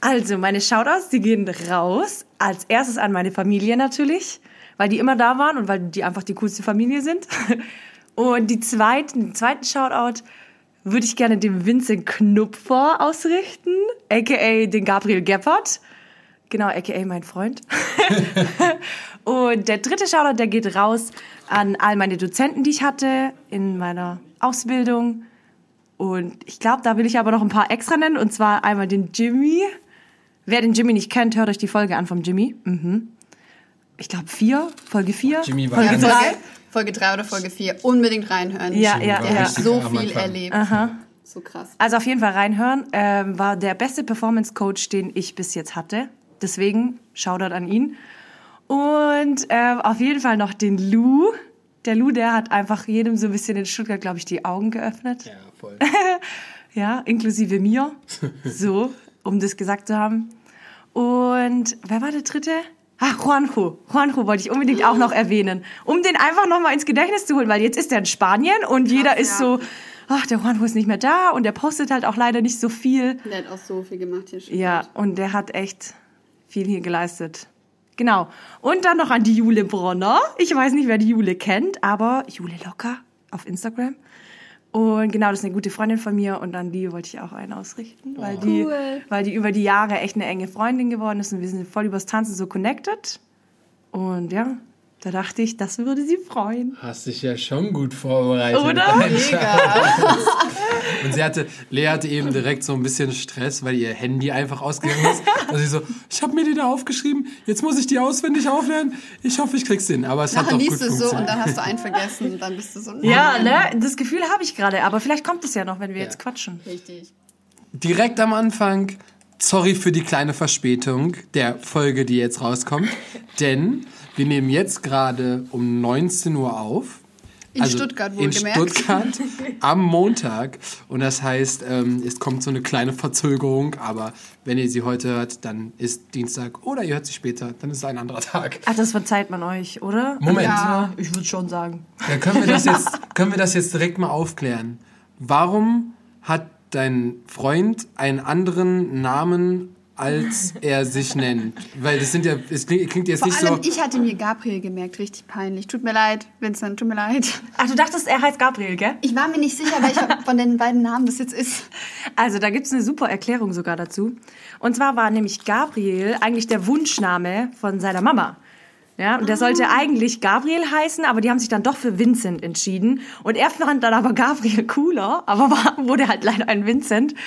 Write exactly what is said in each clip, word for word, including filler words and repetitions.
Also, meine Shoutouts, die gehen raus. Als erstes an meine Familie natürlich, weil die immer da waren und weil die einfach die coolste Familie sind. Und die zweiten, den zweiten Shoutout würde ich gerne dem Vincent Knupfer ausrichten, aka den Gabriel Gebhardt. Genau, aka mein Freund. Und der dritte Shoutout, der geht raus an all meine Dozenten, die ich hatte in meiner Ausbildung. Und ich glaube, da will ich aber noch ein paar extra nennen. Und zwar einmal den Jimmy. Wer den Jimmy nicht kennt, hört euch die Folge an vom Jimmy. Mhm. Ich glaube vier, Folge vier. Jimmy war Folge ganz drei. Folge drei oder Folge vier. Unbedingt reinhören. Ja, ja, Der ja. hat so am viel Anfang. erlebt. Aha. So krass. Also auf jeden Fall reinhören. Ähm, war der beste Performance-Coach, den ich bis jetzt hatte. Deswegen, Shoutout an ihn. Und ähm, auf jeden Fall noch den Lou. Der Lou, der hat einfach jedem so ein bisschen in Stuttgart, glaube ich, die Augen geöffnet. Ja, voll. Ja, inklusive mir. So, um das gesagt zu haben. Und wer war der dritte? Ach, Juanjo. Juanjo wollte ich unbedingt auch noch erwähnen. Um den einfach noch mal ins Gedächtnis zu holen, weil jetzt ist er in Spanien und jeder Krass, ist ja. so, ach, der Juanjo ist nicht mehr da und der postet halt auch leider nicht so viel. Der hat auch so viel gemacht hier schon. Ja, und der hat echt viel hier geleistet. Genau. Und dann noch an die Jule Bronner. Ich weiß nicht, wer die Jule kennt, aber Jule Locker auf Instagram. Und genau, das ist eine gute Freundin von mir und an die wollte ich auch einen ausrichten, weil, die, Cool. weil die über die Jahre echt eine enge Freundin geworden ist und wir sind voll übers Tanzen so connected. Und ja, da dachte ich, das würde sie freuen. Hast dich ja schon gut vorbereitet. Oder? Mega. Und sie hatte, Lea hatte eben direkt so ein bisschen Stress, weil ihr Handy einfach ausgegangen ist. Und sie so, ich habe mir die da aufgeschrieben, jetzt muss ich die auswendig auflernen. Ich hoffe, ich krieg's hin. Aber es hat Nachher doch gut liest du so und funktioniert. dann hast du einen vergessen und dann bist du so... Ja, nein. ne? Das Gefühl habe ich gerade, aber vielleicht kommt es ja noch, wenn wir Ja. jetzt quatschen. Richtig. Direkt am Anfang, sorry für die kleine Verspätung der Folge, die jetzt rauskommt. Denn wir nehmen jetzt gerade um neunzehn Uhr auf. In Stuttgart In wohlgemerkt. Stuttgart am Montag. Und das heißt, ähm, es kommt so eine kleine Verzögerung. Aber wenn ihr sie heute hört, dann ist Dienstag. Oder ihr hört sie später, dann ist es ein anderer Tag. Ach, das verzeiht man euch, oder? Moment. Ja, ich würde schon sagen. Ja, können wir das jetzt, können wir das jetzt direkt mal aufklären? Warum hat dein Freund einen anderen Namen, als er sich nennt? Weil das sind ja, es klingt, klingt jetzt Vor nicht allem, so... ich hatte mir Gabriel gemerkt, richtig peinlich. Tut mir leid, Vincent, tut mir leid. Ach, du dachtest, er heißt Gabriel, gell? Ich war mir nicht sicher, welcher von den beiden Namen das jetzt ist. Also, da gibt's eine super Erklärung sogar dazu. Und zwar war nämlich Gabriel eigentlich der Wunschname von seiner Mama. Ja, und der sollte eigentlich Gabriel heißen, aber die haben sich dann doch für Vincent entschieden. Und er fand dann aber Gabriel cooler, aber war, wurde halt leider ein Vincent.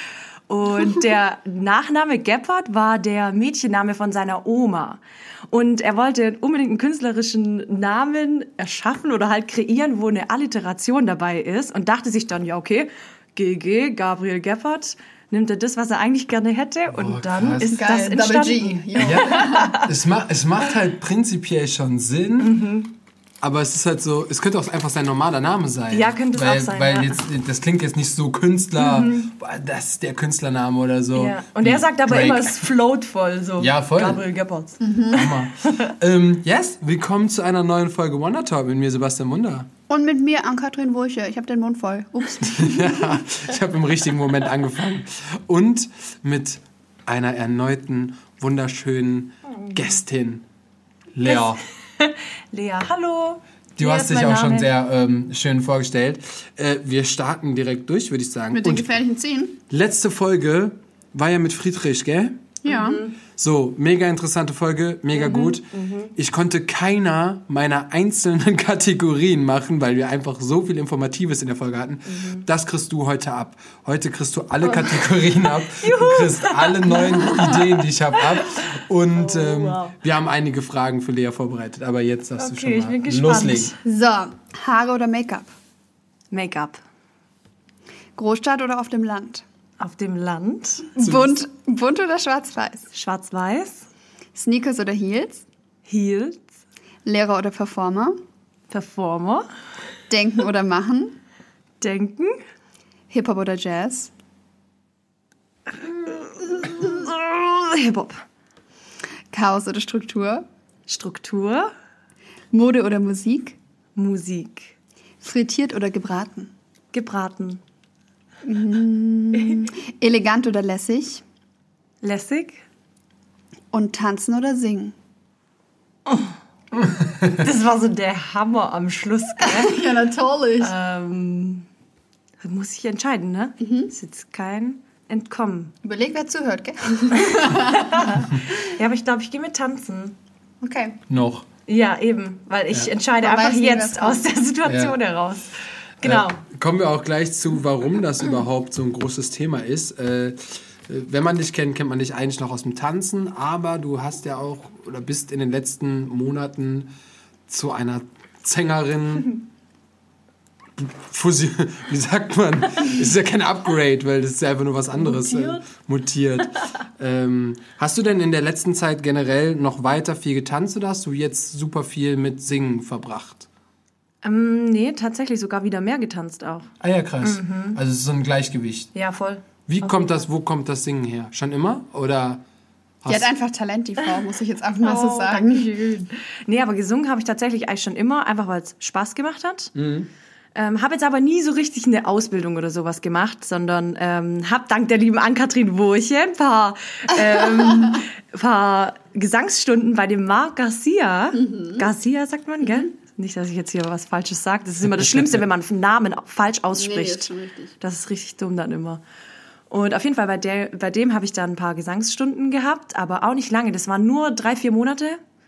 Und der Nachname Gebhardt war der Mädchenname von seiner Oma. Und er wollte unbedingt einen künstlerischen Namen erschaffen oder halt kreieren, wo eine Alliteration dabei ist. Und dachte sich dann, ja okay, G G, Gabriel Gebhardt, nimmt er das, was er eigentlich gerne hätte. Und Oh, dann krass. ist Geil, das Double entstanden. G. Jo. Ja, es, ma es macht halt prinzipiell schon Sinn, aber es ist halt so, es könnte auch einfach sein normaler Name sein. Ja, könnte es weil, auch sein, Weil ja. jetzt, das klingt jetzt nicht so Künstler, boah, das ist der Künstlername oder so. Ja. Und er sagt aber Drake. immer, es float voll. So. Ja, voll. Gabriel Gebhardt. Hammer. ähm, yes, willkommen zu einer neuen Folge Wonder Talk mit mir, Sebastian Munder. Und mit mir, Ann-Kathrin Wurche. Ich habe den Mund voll. Ups. Ja, ich habe im richtigen Moment angefangen. Und mit einer erneuten, wunderschönen Gästin, Lea. Lea, hallo. Du Lea hast ist dich mein auch schon Name. sehr ähm, schön vorgestellt. Äh, wir starten direkt durch, würde ich sagen. Mit den Und gefährlichen Zehen. letzte Folge war ja mit Friedrich, gell? Ja. So, mega interessante Folge, mega gut. Ich konnte keiner meiner einzelnen Kategorien machen, weil wir einfach so viel Informatives in der Folge hatten. Das kriegst du heute ab. Heute kriegst du alle Kategorien ab. Du kriegst alle neuen Ideen, die ich habe, ab. Und Oh, ähm, wow. wir haben einige Fragen für Lea vorbereitet. Aber jetzt darfst Okay, du ich schon bin mal gespannt. loslegen. So, Haare oder Make-up? Make-up. Großstadt oder auf dem Land? Auf dem Land. Bunt, bunt oder schwarz-weiß? Schwarz-Weiß. Sneakers oder Heels? Heels. Lehrer oder Performer? Performer. Denken oder machen? Denken. Hip-Hop oder Jazz? Hip-Hop. Chaos oder Struktur? Struktur. Mode oder Musik? Musik. Frittiert oder gebraten? Gebraten. Elegant oder lässig? Lässig. Und tanzen oder singen? Das war so der Hammer am Schluss, gell? Ja, natürlich. ähm, da muss ich entscheiden, ne? Mhm. Ist jetzt kein Entkommen. Überleg, wer zuhört, gell? Ja, aber ich glaube, ich gehe mit tanzen. Okay. Noch. Ja, eben, weil ich Ja. entscheide Man einfach weiß nie, jetzt wer aus der Situation Ja. heraus. Genau. Äh, kommen wir auch gleich zu, warum das überhaupt so ein großes Thema ist. Äh, wenn man dich kennt, kennt man dich eigentlich noch aus dem Tanzen, aber du hast ja auch oder bist in den letzten Monaten zu einer Sängerin Fusion, wie sagt man? Es ist ja kein Upgrade, weil das ist ja einfach nur was anderes. Mutiert. Äh, mutiert. ähm, hast du denn in der letzten Zeit generell noch weiter viel getanzt oder hast du jetzt super viel mit Singen verbracht? Ähm, nee, tatsächlich sogar wieder mehr getanzt auch. Ah ja, krass. Also es ist so ein Gleichgewicht. Ja, voll. Wie kommt das, wo kommt das Singen her? Schon immer? Oder Die hat einfach Talent, die Frau, muss ich jetzt einfach mal so sagen. Dankeschön. Nee, aber gesungen habe ich tatsächlich eigentlich schon immer, einfach weil es Spaß gemacht hat. Mhm. Ähm, habe jetzt aber nie so richtig eine Ausbildung oder sowas gemacht, sondern ähm, habe dank der lieben Ann-Kathrin Wurche ein paar, ähm, paar Gesangsstunden bei dem Marc Garcia. Mhm. Garcia sagt man, gell? Nicht, dass ich jetzt hier was Falsches sage. Das ist immer das Schlimmste, wenn man einen Namen falsch ausspricht. Nee, ist schon richtig. Das ist richtig dumm dann immer. Und auf jeden Fall, bei, der, bei dem habe ich dann ein paar Gesangsstunden gehabt, aber auch nicht lange. Das waren nur drei, vier Monate.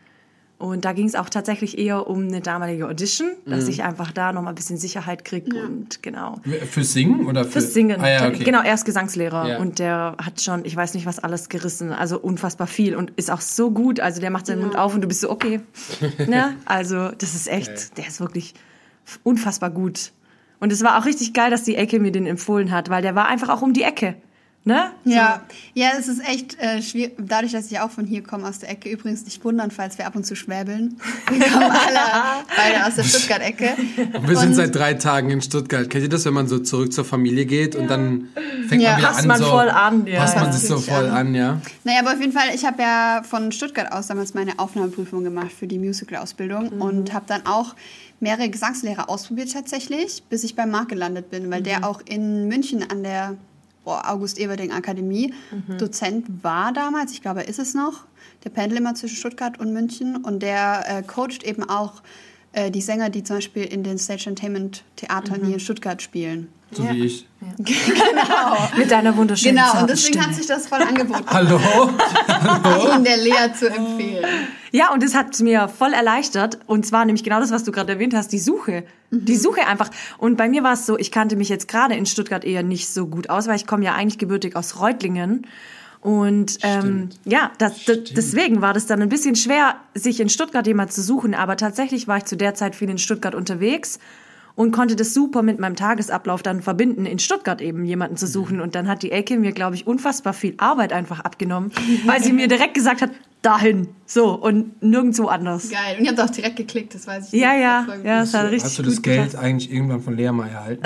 Und da ging es auch tatsächlich eher um eine damalige Audition, dass ich einfach da nochmal ein bisschen Sicherheit kriege Ja. und genau. für Singen oder für Fürs Singen. Ah, ja, okay. Genau, er ist Gesangslehrer Ja. und der hat schon, ich weiß nicht, was alles gerissen, also unfassbar viel und ist auch so gut, also der macht seinen Ja. Mund auf und du bist so, okay. Ne? Also das ist echt, Geil. der ist wirklich unfassbar gut. Und es war auch richtig geil, dass die Ecke mir den empfohlen hat, weil der war einfach auch um die Ecke. Ne? Ja, ja, es ist echt äh, schwierig. Dadurch, dass ich auch von hier komme, aus der Ecke, übrigens nicht wundern, falls wir ab und zu schwäbeln. Wir kommen alle beide aus der Stuttgart-Ecke. Und wir sind Und- seit drei Tagen in Stuttgart. Kennt ihr das, wenn man so zurück zur Familie geht und dann fängt Ja, man wieder passt an, man so, voll an, ja. passt man Ja, sich so wirklich voll an. an, ja. Naja, aber auf jeden Fall, ich habe ja von Stuttgart aus damals meine Aufnahmeprüfung gemacht für die Musical-Ausbildung Mhm. und habe dann auch mehrere Gesangslehrer ausprobiert tatsächlich, bis ich beim Marc gelandet bin, weil Mhm. der auch in München an der boah, August-Everding-Akademie Mhm. Dozent war damals, ich glaube, er ist es noch. Der pendelt immer zwischen Stuttgart und München und der äh, coacht eben auch äh, die Sänger, die zum Beispiel in den Stage Entertainment Theatern Mhm. hier in Stuttgart spielen. So Ja. wie ich. Mit deiner wunderschönen Genau, und zarten deswegen Stimme. hat sich das voll angeboten, Hallo? ihn der Lea zu empfehlen. Ja, und das hat es mir voll erleichtert. Und zwar nämlich genau das, was du gerade erwähnt hast, die Suche. Die Suche einfach. Und bei mir war es so, ich kannte mich jetzt gerade in Stuttgart eher nicht so gut aus, weil ich komme ja eigentlich gebürtig aus Reutlingen. Und ähm, ja, das, das, deswegen war das dann ein bisschen schwer, sich in Stuttgart jemand zu suchen. Aber tatsächlich war ich zu der Zeit viel in Stuttgart unterwegs und konnte das super mit meinem Tagesablauf dann verbinden, in Stuttgart eben jemanden zu suchen. Und dann hat die Elke mir, glaube ich, unfassbar viel Arbeit einfach abgenommen, weil sie mir direkt gesagt hat, dahin, so und nirgendwo anders. Geil. Und ihr habt auch direkt geklickt, das weiß ich. Ja, nicht. ja, Das war ja, gut. es hat richtig Hast du gut das Geld gepasst. eigentlich irgendwann von Lea mal erhalten?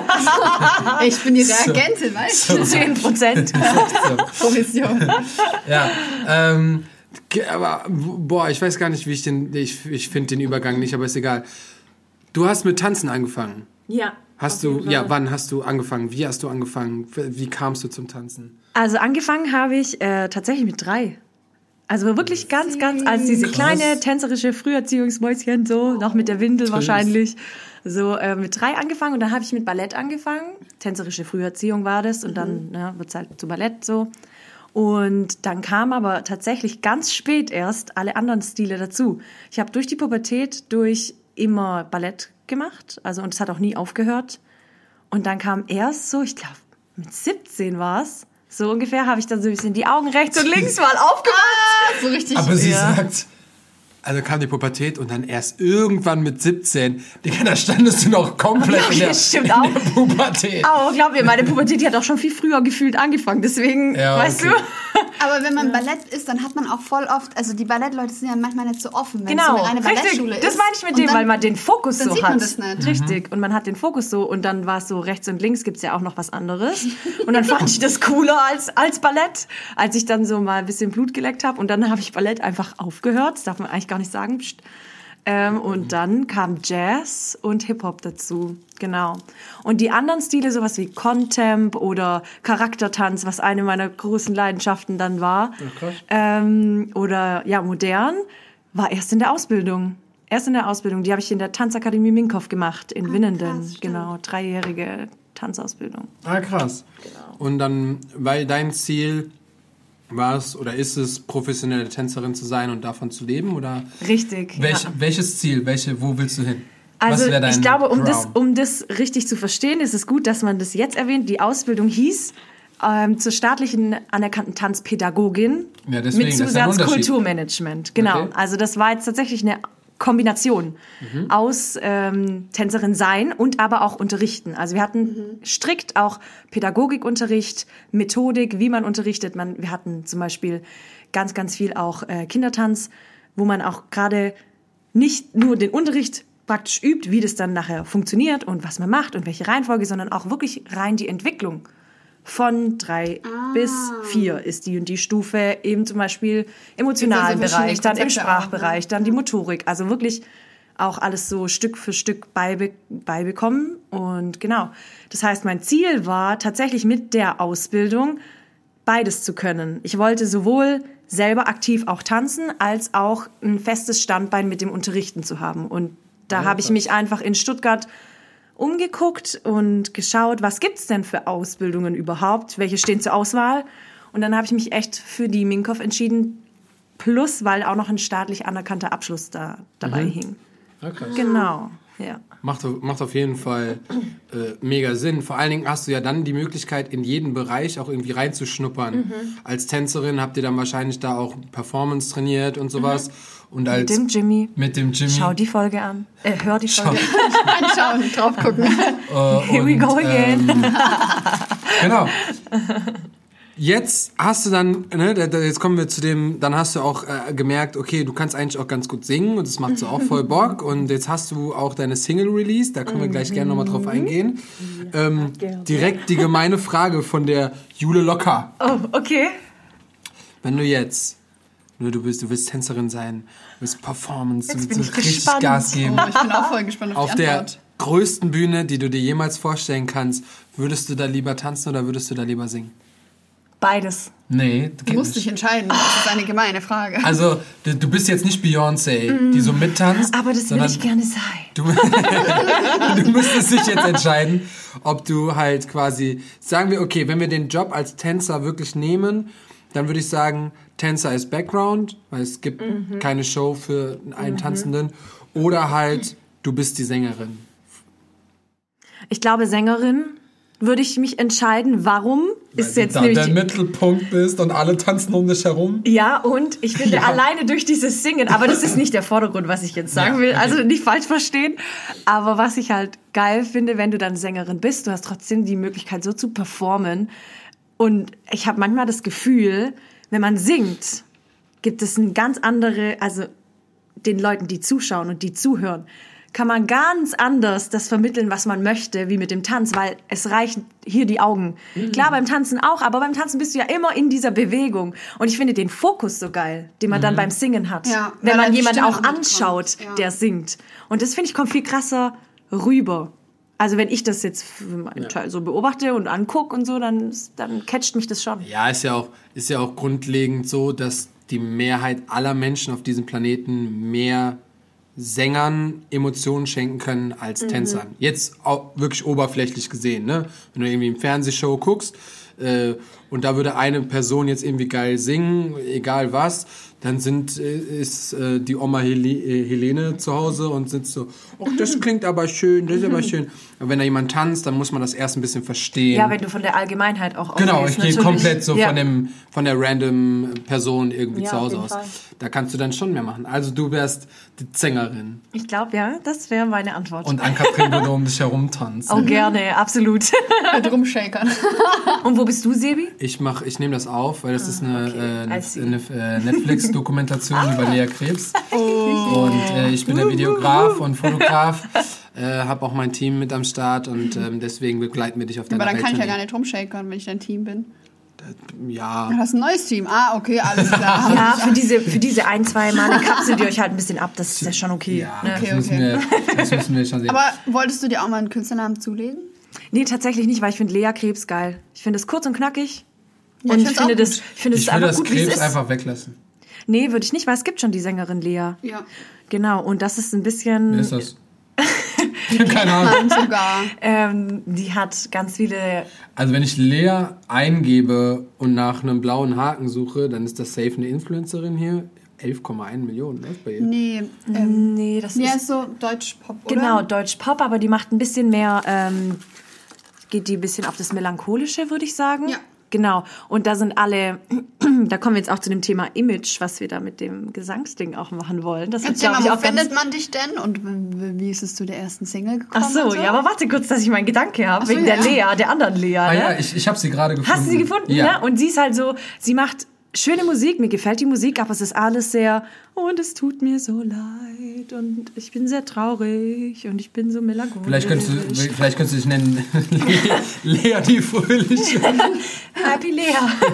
Ich bin die Reagentin, weißt du? zehn Prozent. Provision. Ja, ähm, ge- aber boah, ich weiß gar nicht, wie ich den, ich, ich finde den Übergang nicht, aber ist egal. Du hast mit Tanzen angefangen. Ja. Hast du, ja, wann hast du angefangen? Wie hast du angefangen? Wie kamst du zum Tanzen? Also angefangen habe ich äh, tatsächlich mit drei. Also wirklich ganz, ganz als diese kleine tänzerische Früherziehungsmäuschen, so, noch mit der Windel wahrscheinlich. So äh, mit drei angefangen und dann habe ich mit Ballett angefangen. Tänzerische Früherziehung war das und dann ne, wird es halt zu Ballett so. Und dann kam aber tatsächlich ganz spät erst alle anderen Stile dazu. Ich habe durch die Pubertät durch immer Ballett gemacht, also und es hat auch nie aufgehört. Und dann kam erst so, ich glaube mit siebzehn war es, so ungefähr, habe ich dann so ein bisschen die Augen rechts und links mal aufgemacht. So richtig. Aber sie Ja. sagt, also kam die Pubertät und dann erst irgendwann mit siebzehn, Digga, da standest du noch komplett in der, Stimmt in auch. der Pubertät. Aber glaub mir, meine Pubertät, die hat auch schon viel früher gefühlt angefangen, deswegen, Ja, weißt okay. du? Aber wenn man Ballett ist, dann hat man auch voll oft, also die Ballettleute sind ja manchmal nicht so offen, wenn Genau, es so eine reine richtig. Ballettschule ist. Das meine ich mit Und dem, dann- weil man den Fokus dann so sieht hat. man das nicht. Richtig. Und man hat den Fokus so und dann war es so rechts und links gibt's ja auch noch was anderes. Und dann fand ich das cooler als, als Ballett, als ich dann so mal ein bisschen Blut geleckt habe. Und dann habe ich Ballett einfach aufgehört. Das darf man eigentlich gar nicht sagen. Psst. Ähm, und dann kam Jazz und Hip-Hop dazu, genau. Und die anderen Stile, sowas wie Contemp oder Charaktertanz, was eine meiner großen Leidenschaften dann war, Okay. ähm, oder ja, modern, war erst in der Ausbildung. Erst in der Ausbildung. Die habe ich in der Tanzakademie Minkow gemacht, in Ah, Winnenden. krass, stimmt. Genau, dreijährige Tanzausbildung. Ah, krass. Genau. Und dann, weil dein Ziel war es oder ist es, professionelle Tänzerin zu sein und davon zu leben? Oder Richtig. welch, ja. welches Ziel? Welche, wo willst du hin? Also Was wär dein ich glaube, um das, Traum? um das richtig zu verstehen, ist es gut, dass man das jetzt erwähnt. Die Ausbildung hieß ähm, zur staatlichen anerkannten Tanzpädagogin Ja, deswegen, mit das ist ja ein Zusatz Unterschied. Kulturmanagement. Genau. Okay. Also das war jetzt tatsächlich eine Kombination Mhm. aus ähm, Tänzerin sein und aber auch unterrichten. Also wir hatten strikt auch Pädagogikunterricht, Methodik, wie man unterrichtet. Man, wir hatten zum Beispiel ganz, ganz viel auch äh, Kindertanz, wo man auch gerade nicht nur den Unterricht praktisch übt, wie das dann nachher funktioniert und was man macht und welche Reihenfolge, sondern auch wirklich rein die Entwicklung. Von drei Ah. bis vier ist die und die Stufe, eben zum Beispiel im emotionalen Gibt's also Bereich, dann im verschiedene Konzepte Sprachbereich, auch, ne? dann die Motorik. Also wirklich auch alles so Stück für Stück beibe beibekommen. Und genau, das heißt, mein Ziel war tatsächlich mit der Ausbildung beides zu können. Ich wollte sowohl selber aktiv auch tanzen, als auch ein festes Standbein mit dem Unterrichten zu haben. Und da Ja, habe ich krass. mich einfach in Stuttgart umgeguckt und geschaut, was gibt's denn für Ausbildungen überhaupt, welche stehen zur Auswahl. Und dann habe ich mich echt für die Minkow entschieden, plus weil auch noch ein staatlich anerkannter Abschluss da dabei Mhm. hing. Ja, krass. Genau, ja. Macht, macht auf jeden Fall äh, mega Sinn. Vor allen Dingen hast du ja dann die Möglichkeit, in jeden Bereich auch irgendwie reinzuschnuppern. Mhm. Als Tänzerin habt ihr dann wahrscheinlich da auch Performance trainiert und sowas. Und als, Mit dem Jimmy. Mit dem Jimmy. Schau die Folge an. Äh, hör die Folge. Anschauen, drauf gucken. Äh, Here we und, go again. Ähm, genau. Jetzt hast du dann, ne, da- da- jetzt kommen wir zu dem, dann hast du auch äh, gemerkt, okay, du kannst eigentlich auch ganz gut singen und das macht so auch voll Bock. Und jetzt hast du auch deine Single release, da können wir gleich gerne nochmal drauf eingehen. Ähm, direkt die gemeine Frage von der Jule Locker. Oh, okay. Wenn du jetzt, ne, du bist, du willst Tänzerin sein, du willst Performance, du Jetzt willst bin so ich richtig gespannt. Gas geben. Oh, ich bin auch voll gespannt auf, Auf die der Antwort. größten Bühne, die du dir jemals vorstellen kannst, würdest du da lieber tanzen oder würdest du da lieber singen? Beides. Nee, Du musst dich entscheiden. Das ist eine gemeine Frage. Also, du, du bist jetzt nicht Beyoncé, die so mittanzt. Aber das will sondern ich gerne sein. Du, du müsstest dich jetzt entscheiden, ob du halt quasi, sagen wir, okay, wenn wir den Job als Tänzer wirklich nehmen, dann würde ich sagen, Tänzer ist Background, weil es gibt keine Show für einen Tanzenden. Oder halt, du bist die Sängerin. Ich glaube, Sängerin würde ich mich entscheiden. Warum? Ist jetzt da nämlich der Mittelpunkt bist und alle tanzen um dich herum. ja, und ich finde Ja. alleine durch dieses Singen, aber das ist nicht der Vordergrund, was ich jetzt sagen Ja, will, okay. also nicht falsch verstehen, aber was ich halt geil finde, wenn du dann Sängerin bist, du hast trotzdem die Möglichkeit so zu performen und ich habe manchmal das Gefühl, wenn man singt, gibt es eine ganz andere, also den Leuten, die zuschauen und die zuhören, kann man ganz anders das vermitteln, was man möchte, wie mit dem Tanz, weil es reichen hier die Augen. Mhm. Klar, beim Tanzen auch, aber beim Tanzen bist du ja immer in dieser Bewegung. Und ich finde den Fokus so geil, den man Mhm. dann beim Singen hat. Ja, wenn weil man dann die jemanden Stimme auch auch mitkommt. anschaut, Ja. der singt. Und das, finde ich, kommt viel krasser rüber. Also wenn ich das jetzt für meinen Teil so beobachte und angucke und so, dann, dann catcht mich das schon. Ja, ist ja auch, ist ja auch grundlegend so, dass die Mehrheit aller Menschen auf diesem Planeten mehr Sängern Emotionen schenken können als Tänzern. Jetzt auch wirklich oberflächlich gesehen, ne? Wenn du irgendwie im Fernsehshow guckst äh, und da würde eine Person jetzt irgendwie geil singen, egal was, dann sind, äh, ist äh, die Oma Hel äh, Helene zu Hause und sitzt so, oh, das klingt aber schön, das ist aber schön. Aber wenn da jemand tanzt, dann muss man das erst ein bisschen verstehen. Ja, wenn du von der Allgemeinheit auch Genau, ausgehst, ich gehe natürlich. komplett so Ja. von dem von der random Person irgendwie Ja, zu auf Hause jeden aus. Fall. Da kannst du dann schon mehr machen. Also du wärst die Sängerin Ich glaube, ja, das wäre meine Antwort. und Ann-Kathrin würde um dich herum tanzen. oh, gerne, absolut. Mit rumshakern. Und wo bist du, Sebi? Ich mach, ich nehme das auf, weil das ist eine, okay. äh, I eine, see. eine äh, Netflix-Dokumentation über Lea Krebs. Und äh, ich bin der Videograf und Fotograf, äh, habe auch mein Team mit am Start und ähm, deswegen begleiten wir dich auf deiner Aber dann kann ich ja Welttournee. gar nicht rumshakern, wenn ich dein Team bin. Ja. Du hast ein neues Team. Ah, okay, alles klar. Ja, für diese, für diese ein, zwei Male kapselt ihr euch halt ein bisschen ab. Das ist ja schon okay. Ja, Ne? das, Okay, müssen okay. wir, das müssen wir schon sehen. Aber wolltest du dir auch mal einen Künstlernamen zulegen? Nee, tatsächlich nicht, weil ich finde Lea Krebs geil. Ich finde es kurz und knackig. Ja, und ich ich find's auch finde das, gut. ich finde es ich würde einfach das gut, wie es Krebs ist. einfach weglassen. Nee, würde ich nicht, weil es gibt schon die Sängerin Lea. Ja. Genau, und das ist ein bisschen... Wer ist das? Ich habe keine Ahnung. Mann sogar. Ähm, die hat ganz viele... Also wenn ich Lea eingebe und nach einem blauen Haken suche, dann ist das safe eine Influencerin hier. elf Komma eins Millionen, ne? Bei ihr. Nee, ähm, Nee, das wie ist... heißt so Deutsch-Pop, oder? Genau, Deutsch-Pop, aber die macht ein bisschen mehr... Ähm, geht die ein bisschen auf das Melancholische, würde ich sagen. Ja. Genau, und da sind alle... Da kommen wir jetzt auch zu dem Thema Image, was wir da mit dem Gesangsding auch machen wollen. Das Erzähl glaub mal, ich, wo auch ganz... findet man dich denn? Und w- wie ist es zu der ersten Single gekommen? Ach so, und so? ja, aber warte kurz, dass ich meinen Gedanke habe, Ach so, wegen ja. der Lea, der anderen Lea. Ah ne? ja, ich, ich habe sie gerade gefunden. Hast du sie gefunden? Ja. Ne? Und sie ist halt so, sie macht schöne Musik, mir gefällt die Musik, aber es ist alles sehr, und es tut mir so leid und ich bin sehr traurig und ich bin so melancholisch. Vielleicht könntest du, vielleicht könntest du dich nennen Lea, Lea die Fröhliche. Happy Lea.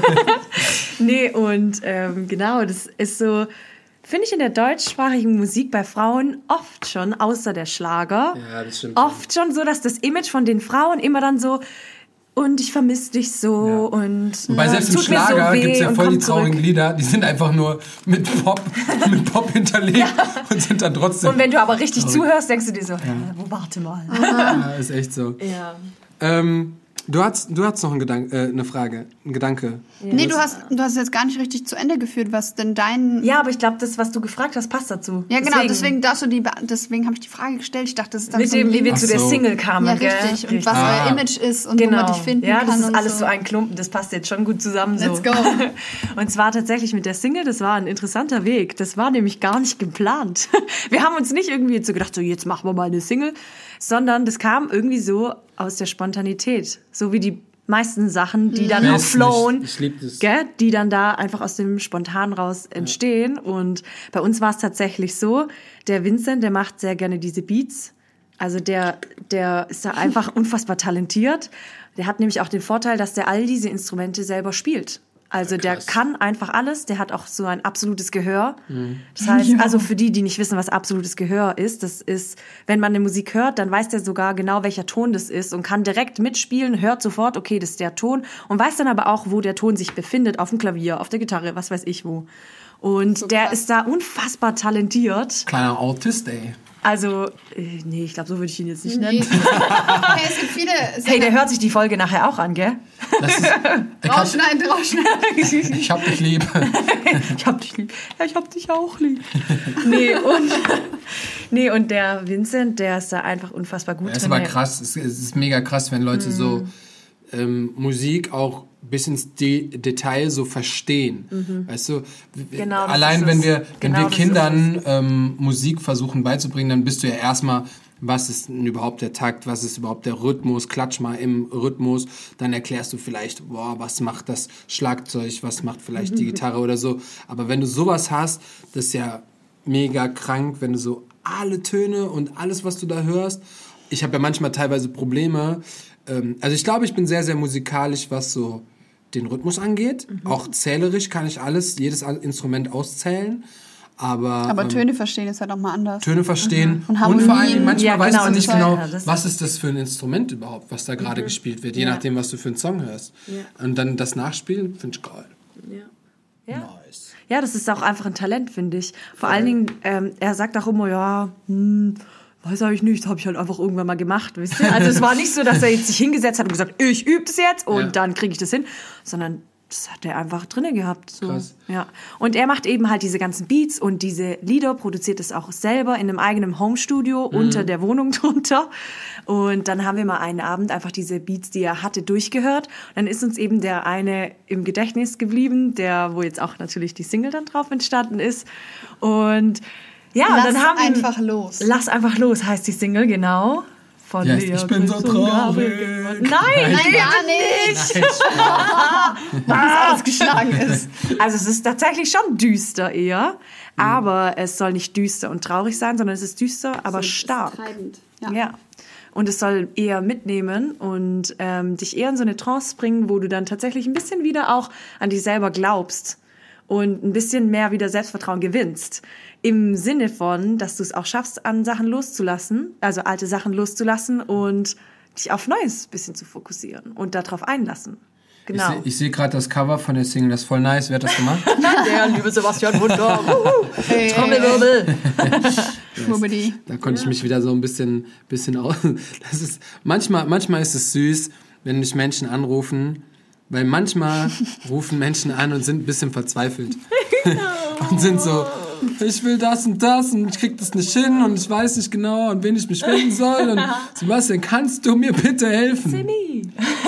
Nee, und ähm, genau, das ist so, finde ich in der deutschsprachigen Musik bei Frauen oft schon, außer der Schlager, Ja, das stimmt. oft schon so, dass das Image von den Frauen immer dann so, und ich vermisse dich so Ja. und Wobei selbst im tut mir so Schlager weh gibt es ja und voll die komm zurück. traurigen Lieder, die sind einfach nur mit Pop, mit Pop hinterlegt und sind dann trotzdem... Und wenn du aber richtig zuhörst, denkst du dir so, hä, wo warte mal. ja, ist echt so. Ja. Ähm, du hast, du hast noch einen Gedank, äh, eine Frage, einen Gedanke. Nee, du hast, du hast jetzt gar nicht richtig zu Ende geführt, was denn dein... Ja, aber ich glaube, das, was du gefragt hast, passt dazu. Ja, genau, deswegen, darfst du die, Be- deswegen habe ich die Frage gestellt. Ich dachte, das ist dann Mit so ein dem, wie wir Link- zu der Ach so. Single kamen, Ja, gell? richtig. Und was Ah. euer Image ist und wo Genau. man dich finden ja, kann. das ist und alles so. so ein Klumpen. Das passt jetzt schon gut zusammen. So. Let's go. Und zwar tatsächlich mit der Single, das war ein interessanter Weg. Das war nämlich gar nicht geplant. Wir haben uns nicht irgendwie jetzt so gedacht, so jetzt machen wir mal eine Single, sondern das kam irgendwie so aus der Spontanität. So wie die meisten Sachen, die dann Wer auch ist flowen, nicht- ich lieb das. gell, die dann da einfach aus dem Spontan raus entstehen. Und bei uns war es tatsächlich so, der Vincent, der macht sehr gerne diese Beats. Also der, der ist da einfach unfassbar talentiert. Der hat nämlich auch den Vorteil, dass der all diese Instrumente selber spielt. Also der krass. kann einfach alles, der hat auch so ein absolutes Gehör. Das heißt, also für die, die nicht wissen, was absolutes Gehör ist, das ist, wenn man eine Musik hört, dann weiß der sogar genau, welcher Ton das ist und kann direkt mitspielen, hört sofort, okay, das ist der Ton und weiß dann aber auch, wo der Ton sich befindet, auf dem Klavier, auf der Gitarre, was weiß ich wo. Und der krass. ist da unfassbar talentiert. Kleiner Autist, ey. Also, äh, nee, ich glaube, so würde ich ihn jetzt nicht Nee. nennen. Hey, es gibt viele... Hey, der hört sich die Folge nachher auch an, gell? Das ist, ich, hab, Rausschneiden, rausschneiden. ich hab dich lieb. Ich hab dich lieb. Ja, ich hab dich auch lieb. Nee, und, nee, und der Vincent, der ist da einfach unfassbar gut Das ist drin. aber krass. Es es ist mega krass, wenn Leute so ähm, Musik auch bis ins De Detail so verstehen. Weißt du, w- Genau, das allein ist wenn es. wir, wenn Genau, wir das ist Kindern ähm, Musik versuchen beizubringen, dann bist du ja erstmal, was ist denn überhaupt der Takt, was ist überhaupt der Rhythmus, klatsch mal im Rhythmus, dann erklärst du vielleicht, boah, was macht das Schlagzeug, was macht vielleicht die Gitarre oder so. Aber wenn du sowas hast, das ist ja mega krank, wenn du so alle Töne und alles, was du da hörst. Ich habe ja manchmal teilweise Probleme. Ähm, also ich glaube, ich bin sehr, sehr musikalisch, was so den Rhythmus angeht. Auch zählerisch kann ich alles, jedes Instrument auszählen. Aber, Aber ähm, Töne verstehen ist halt auch mal anders. Töne verstehen. Und Und, Harmonien. vor allen Dingen, manchmal Ja, weiß genau, man nicht das- genau, ja, das- was ist das für ein Instrument überhaupt, was da gerade gespielt wird, je nachdem, was du für einen Song hörst. Und dann das Nachspielen, finde ich geil. Ja. Nice. Ja, das ist auch einfach ein Talent, finde ich. Vor allen Dingen, ähm, er sagt auch immer, ja, hm, weiß ich nicht, habe ich halt einfach irgendwann mal gemacht, wisst ihr? Also es war nicht so, dass er jetzt sich hingesetzt hat und gesagt, ich übe das jetzt und Ja. dann kriege ich das hin, sondern das hat er einfach drinne gehabt. So. Krass. Ja. Und er macht eben halt diese ganzen Beats und diese Lieder, produziert es auch selber in einem eigenen Homestudio unter der Wohnung drunter. Und dann haben wir mal einen Abend einfach diese Beats, die er hatte, durchgehört. Und dann ist uns eben der eine im Gedächtnis geblieben, der, wo jetzt auch natürlich die Single dann drauf entstanden ist. Und ja, Lass und dann haben einfach los. Lass einfach los heißt die Single, genau. Von Ja, Lea ich bin so Krebs und Gabriel. traurig. Nein, Nein, nein, gar nicht. Nein, Was ausgeschlagen ist. Also es ist tatsächlich schon düster eher, aber es soll nicht düster und traurig sein, sondern es ist düster, aber stark. Treibend. Ja. Und es soll eher mitnehmen und ähm, dich eher in so eine Trance bringen, wo du dann tatsächlich ein bisschen wieder auch an dich selber glaubst und ein bisschen mehr wieder Selbstvertrauen gewinnst. Im Sinne von, dass du es auch schaffst, an Sachen loszulassen, also alte Sachen loszulassen und dich auf Neues ein bisschen zu fokussieren und darauf einlassen. Genau. Ich, se- ich sehe gerade das Cover von der Single, das ist voll nice. Wer hat das gemacht? Der liebe Sebastian Wunder. Hey, Trommelwirbel. Schwubbidi. Da konnte ich mich wieder so ein bisschen, bisschen aus. Das ist, manchmal, manchmal ist es süß, wenn mich Menschen anrufen, weil manchmal rufen Menschen an und sind ein bisschen verzweifelt. Und sind so, ich will das und das und ich krieg das nicht hin und ich weiß nicht genau, an wen ich mich wenden soll. Und Sebastian, kannst du mir bitte helfen? Simi.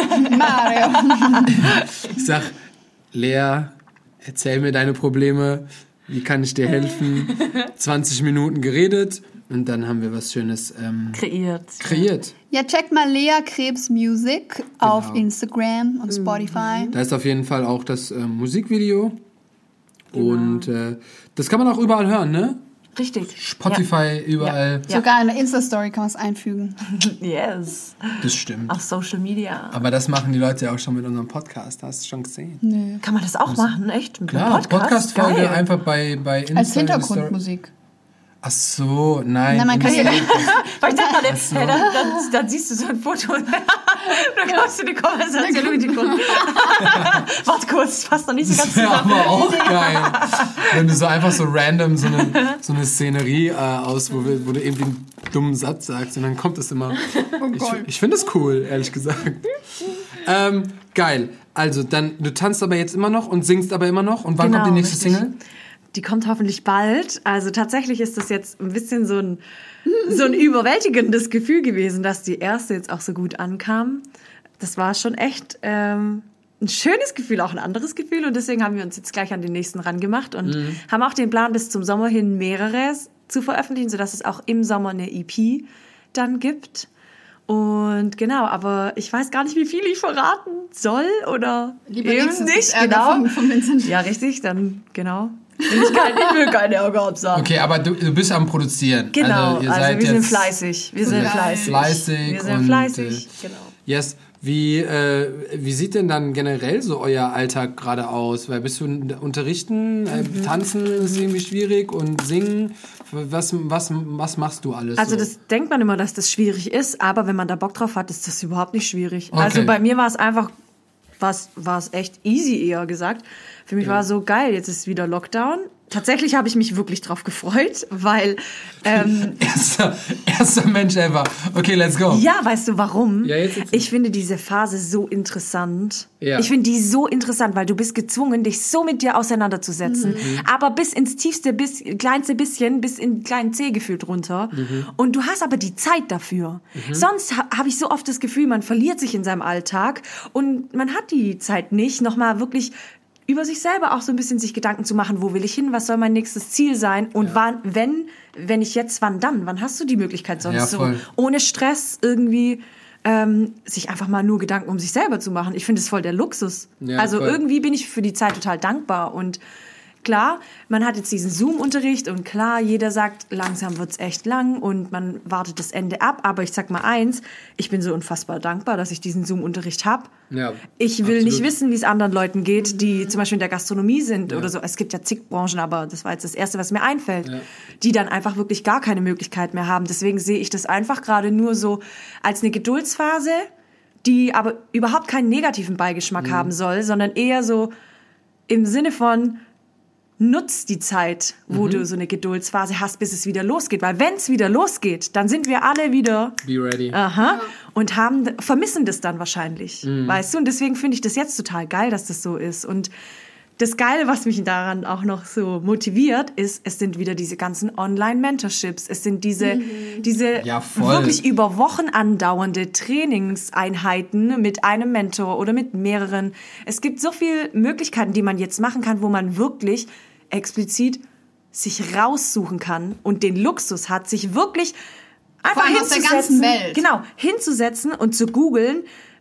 Mario. Ich sag, Lea, erzähl mir deine Probleme. Wie kann ich dir helfen? zwanzig Minuten geredet und dann haben wir was Schönes ähm, Kreiert. kreiert. Ja, checkt mal Lea Krebs Music auf Genau. Instagram und Spotify. Da ist auf jeden Fall auch das äh, Musikvideo. Und äh, das kann man auch überall hören, ne? Richtig. Spotify, überall. Ja. Sogar in der Insta-Story kann man es einfügen. Yes. Das stimmt. Auf Social Media. Aber das machen die Leute ja auch schon mit unserem Podcast. Hast du schon gesehen? Nö. Kann man das auch machen, echt? Mit Klar, einem Podcast? Podcast-Folge Geil. einfach bei, bei Insta. Als in die Story. Hintergrundmusik. Ach so, nein. Na, man kann in die- ja- Weil ich dachte gerade, so. hey, dann, dann, dann siehst du so ein Foto und dann kommst du in die Konversation mit die Kunden. Warte kurz, das passt noch nicht so ganz Das wäre zusammen. aber auch geil. Wenn du so einfach so random so eine, so eine Szenerie äh, aus, wo, wir, wo du irgendwie einen dummen Satz sagst und dann kommt das immer. Ich, ich finde das cool, ehrlich gesagt. ähm, geil. Also, dann, du tanzt aber jetzt immer noch und singst aber immer noch. Und wann Genau, kommt die nächste richtig. Single? Die kommt hoffentlich bald. Also tatsächlich ist das jetzt ein bisschen so ein, so ein überwältigendes Gefühl gewesen, dass die erste jetzt auch so gut ankam. Das war schon echt ähm, ein schönes Gefühl, auch ein anderes Gefühl. Und deswegen haben wir uns jetzt gleich an den nächsten rangemacht und Mhm. haben auch den Plan, bis zum Sommer hin mehrere zu veröffentlichen, sodass es auch im Sommer eine E P dann gibt. Und genau, aber ich weiß gar nicht, wie viel ich verraten soll oder Lieber eben nächstes nicht. ist Ärger Genau. von- von Vincent. Ja, richtig, dann genau. Will ich, kein, ich will keine Ärger absagen. Okay, aber du, du bist am Produzieren. Genau, also, ihr also seid wir sind jetzt fleißig. Wir sind fleißig. fleißig. Wir sind und, fleißig, äh, genau. Yes. Wie, äh, wie sieht denn dann generell so euer Alltag gerade aus? Weil bist du n- unterrichten, äh, Mhm. tanzen ist irgendwie schwierig und singen? Was, was, was machst du alles? Also so? das denkt man immer, dass das schwierig ist, aber wenn man da Bock drauf hat, ist das überhaupt nicht schwierig. Okay. Also bei mir war es einfach, war's, war es echt easy eher gesagt. Für mich war es so geil, jetzt ist wieder Lockdown. Tatsächlich habe ich mich wirklich drauf gefreut, weil ähm, Erster, erster Mensch ever. Okay, let's go. ja, weißt du warum? Ja, jetzt- jetzt- Ich finde diese Phase so interessant. Ja. Ich finde die so interessant, weil du bist gezwungen, dich so mit dir auseinanderzusetzen. Mhm. Aber bis ins tiefste, bis, kleinste bisschen, bis in den kleinen Zeh gefühlt runter. Mhm. Und du hast aber die Zeit dafür. Sonst ha, habe ich so oft das Gefühl, man verliert sich in seinem Alltag und man hat die Zeit nicht, nochmal wirklich über sich selber auch so ein bisschen sich Gedanken zu machen, wo will ich hin, was soll mein nächstes Ziel sein und wann, wenn, wenn ich jetzt, wann dann? Wann hast du die Möglichkeit sonst Ja, so voll. ohne Stress irgendwie ähm, sich einfach mal nur Gedanken um sich selber zu machen? Ich finde es voll der Luxus. Ja, also voll. irgendwie bin ich für die Zeit total dankbar und klar, man hat jetzt diesen Zoom-Unterricht und klar, jeder sagt, langsam wird's echt lang und man wartet das Ende ab. Aber ich sag mal eins, ich bin so unfassbar dankbar, dass ich diesen Zoom-Unterricht habe. Ja, Ich will absolut. nicht wissen, wie es anderen Leuten geht, die zum Beispiel in der Gastronomie sind oder so. Es gibt ja zig Branchen, aber das war jetzt das Erste, was mir einfällt, Ja. die dann einfach wirklich gar keine Möglichkeit mehr haben. Deswegen sehe ich das einfach gerade nur so als eine Geduldsphase, die aber überhaupt keinen negativen Beigeschmack haben soll, sondern eher so im Sinne von, nutz die Zeit, wo du so eine Geduldsphase hast, bis es wieder losgeht. Weil wenn es wieder losgeht, dann sind wir alle wieder Be ready. aha, und haben, vermissen das dann wahrscheinlich, weißt du? Und deswegen finde ich das jetzt total geil, dass das so ist. Und das Geile, was mich daran auch noch so motiviert, ist, es sind wieder diese ganzen Online-Mentorships. Es sind diese, diese Ja, voll. wirklich über Wochen andauernde Trainingseinheiten mit einem Mentor oder mit mehreren. Es gibt so viele Möglichkeiten, die man jetzt machen kann, wo man wirklich explizit sich raussuchen kann und den Luxus hat, sich wirklich einfach Vor allem aus der hinzusetzen, ganzen Welt. genau, hinzusetzen und zu googeln,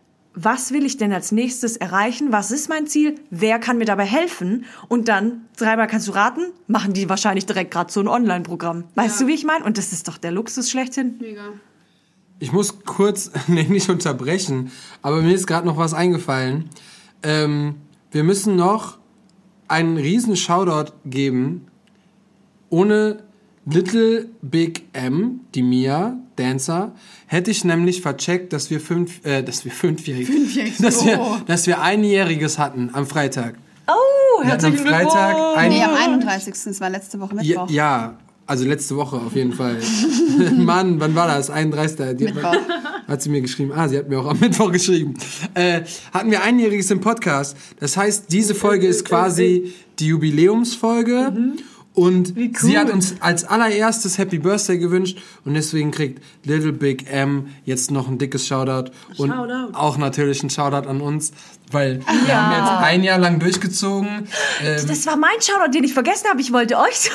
was will ich denn als nächstes erreichen? Was ist mein Ziel? Wer kann mir dabei helfen? Und dann, dreimal kannst du raten, machen die wahrscheinlich direkt gerade so ein Online-Programm. Weißt Ja. du, wie ich meine? Und das ist doch der Luxus schlechthin. Mega. ich muss kurz, nee, nicht unterbrechen, aber mir ist gerade noch was eingefallen. Ähm, wir müssen noch einen riesen Shoutout geben. Ohne Little Big M, die Mia, Dancer, hätte ich nämlich vercheckt, dass wir fünf, äh, dass wir fünfjährig, Fünfjährig, dass wir, oh. dass wir einjähriges hatten am Freitag. Oh, Wir hatten am herzlichen Freitag Glückwunsch. ein, Nee, am einunddreißigsten Das war letzte Woche Mittwoch. ja, ja, also letzte Woche auf jeden Fall. Mann, wann war das? einunddreißigsten Die Mittwoch. Hat sie mir geschrieben. Ah, sie hat mir auch am Mittwoch geschrieben. Äh, hatten wir einjähriges im Podcast. Das heißt, diese Folge ist quasi die Jubiläumsfolge. Mhm. Und cool. sie hat uns als allererstes Happy Birthday gewünscht und deswegen kriegt Little Big M jetzt noch ein dickes Shoutout und Shoutout. auch natürlich ein Shoutout an uns, weil wir Ja. haben jetzt ein Jahr lang durchgezogen. Ähm, Das war mein Shoutout, den ich vergessen habe. Ich wollte euch...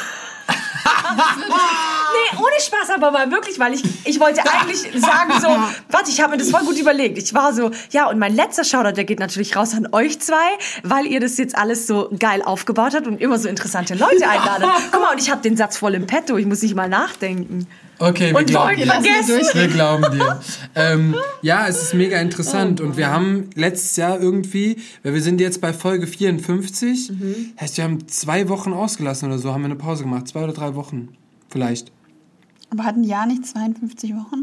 Nee, ohne Spaß, aber mal wirklich, weil ich, ich wollte eigentlich sagen so, warte, ich habe mir das voll gut überlegt. Ich war so, ja, und mein letzter Shoutout, der geht natürlich raus an euch zwei, weil ihr das jetzt alles so geil aufgebaut habt und immer so interessante Leute einladet. Guck mal, und ich habe den Satz voll im Petto, ich muss nicht mal nachdenken. Okay, wir Und glauben wollen dir. vergessen. Wir glauben dir. ähm, ja, es ist mega interessant. Und wir haben letztes Jahr irgendwie, weil wir sind jetzt bei Folge vierundfünfzig, Mhm. heißt, wir haben zwei Wochen ausgelassen oder so, haben wir eine Pause gemacht. Zwei oder drei Wochen vielleicht. Aber hatten ja nicht zweiundfünfzig Wochen?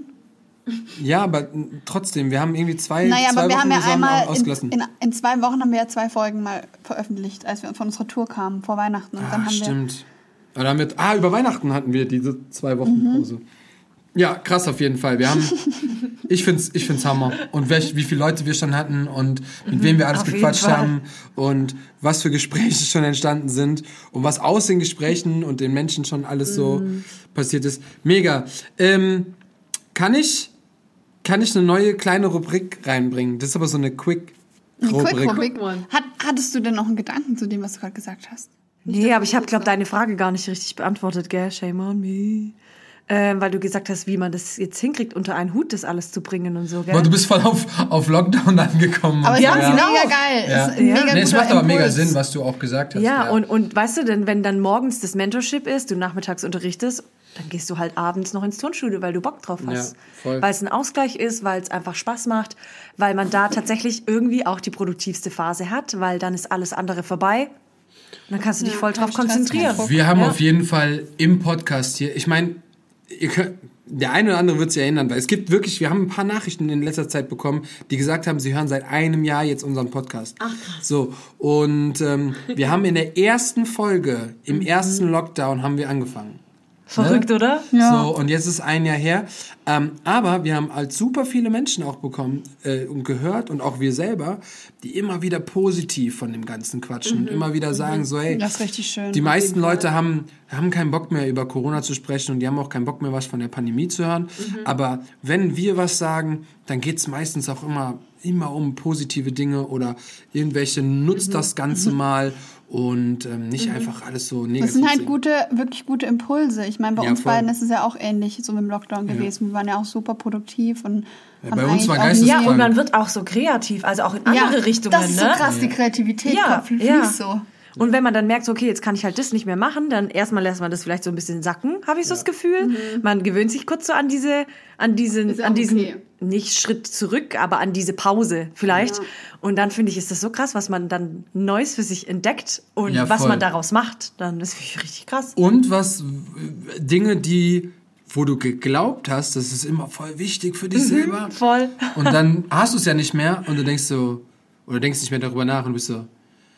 Ja, aber trotzdem, wir haben irgendwie zwei, Naja, zwei aber wir Wochen haben ja zusammen einmal, in, ausgelassen. in, in zwei Wochen haben wir ja zwei Folgen mal veröffentlicht, als wir von unserer Tour kamen, vor Weihnachten. Und dann ah, haben stimmt. Aber dann haben wir, ah, über Weihnachten hatten wir diese zwei Wochen Mhm. Pause. Ja, krass auf jeden Fall. Wir haben, ich find's, ich find's Hammer. Und welch, wie viele Leute wir schon hatten und mit wem wir alles auf jeden gequatscht Fall. haben und was für Gespräche schon entstanden sind und was aus den Gesprächen und den Menschen schon alles so Mhm. passiert ist. Mega. Ähm, kann ich, kann ich eine neue kleine Rubrik reinbringen? Das ist aber so eine Quick-Rubrik. Quick Rubrik. Hat, hattest du denn noch einen Gedanken zu dem, was du gerade gesagt hast? Nee, aber ich habe, glaube deine Frage gar nicht richtig beantwortet, gell? Shame on me. Ähm, weil du gesagt hast, wie man das jetzt hinkriegt, unter einen Hut das alles zu bringen und so, gell? Boah, du bist voll auf, auf Lockdown angekommen. Aber es Ja, ist genau. mega geil. Ja. Es ist ein mega Nee, es guter macht aber mega Impuls. Sinn, was du auch gesagt hast. Ja, und, und weißt du, denn, wenn dann morgens das Mentorship ist, du nachmittags unterrichtest, dann gehst du halt abends noch ins Turnstudio, weil du Bock drauf hast. Ja, voll. Weil es ein Ausgleich ist, weil es einfach Spaß macht, weil man da tatsächlich irgendwie auch die produktivste Phase hat, weil dann ist alles andere vorbei. Und dann kannst du dich voll drauf kein Stress, konzentrieren. kein Druck. Wir haben Ja. auf jeden Fall im Podcast hier, ich meine, ihr könnt, der eine oder andere wird sich erinnern, weil es gibt wirklich, wir haben ein paar Nachrichten in letzter Zeit bekommen, die gesagt haben, sie hören seit einem Jahr jetzt unseren Podcast. Ach krass. So, und ähm, wir haben in der ersten Folge, im ersten Lockdown haben wir angefangen. Verrückt, Ne? oder? Ja. So, und jetzt ist ein Jahr her. Ähm, aber wir haben halt super viele Menschen auch bekommen äh, und gehört und auch wir selber, die immer wieder positiv von dem Ganzen quatschen und immer wieder sagen so, hey, Das ist richtig schön. die meisten Leute haben, haben keinen Bock mehr über Corona zu sprechen und die haben auch keinen Bock mehr was von der Pandemie zu hören. Aber wenn wir was sagen, dann geht's meistens auch immer, immer um positive Dinge oder irgendwelche, nutzt das Ganze mal und ähm, nicht einfach alles so negativ Das sind halt sehen. gute, wirklich gute Impulse. Ich meine, bei Ja, uns voll. beiden ist es ja auch ähnlich so mit dem Lockdown gewesen. Wir waren ja auch super produktiv und Ja, haben bei uns eigentlich war auch Geistes- nie- Ja, Krank. und man wird auch so kreativ, also auch in andere ja, Richtungen, Das ist so ne? krass, die Kreativität Ja, kommt, fließt ja. so. Und wenn man dann merkt, so, okay, jetzt kann ich halt das nicht mehr machen, dann erstmal lässt man das vielleicht so ein bisschen sacken, habe ich so das Gefühl. Man gewöhnt sich kurz so an diese, an diesen, Ist ja an auch diesen, okay. nicht Schritt zurück, aber an diese Pause vielleicht. Ja. Und dann finde ich, ist das so krass, was man dann Neues für sich entdeckt und Ja, was voll. man daraus macht. Dann ist es richtig krass. Und was, äh, Dinge, die, wo du geglaubt hast, das ist immer voll wichtig für dich selber. Voll. Und dann hast du es ja nicht mehr und du denkst so, oder denkst nicht mehr darüber nach und bist so,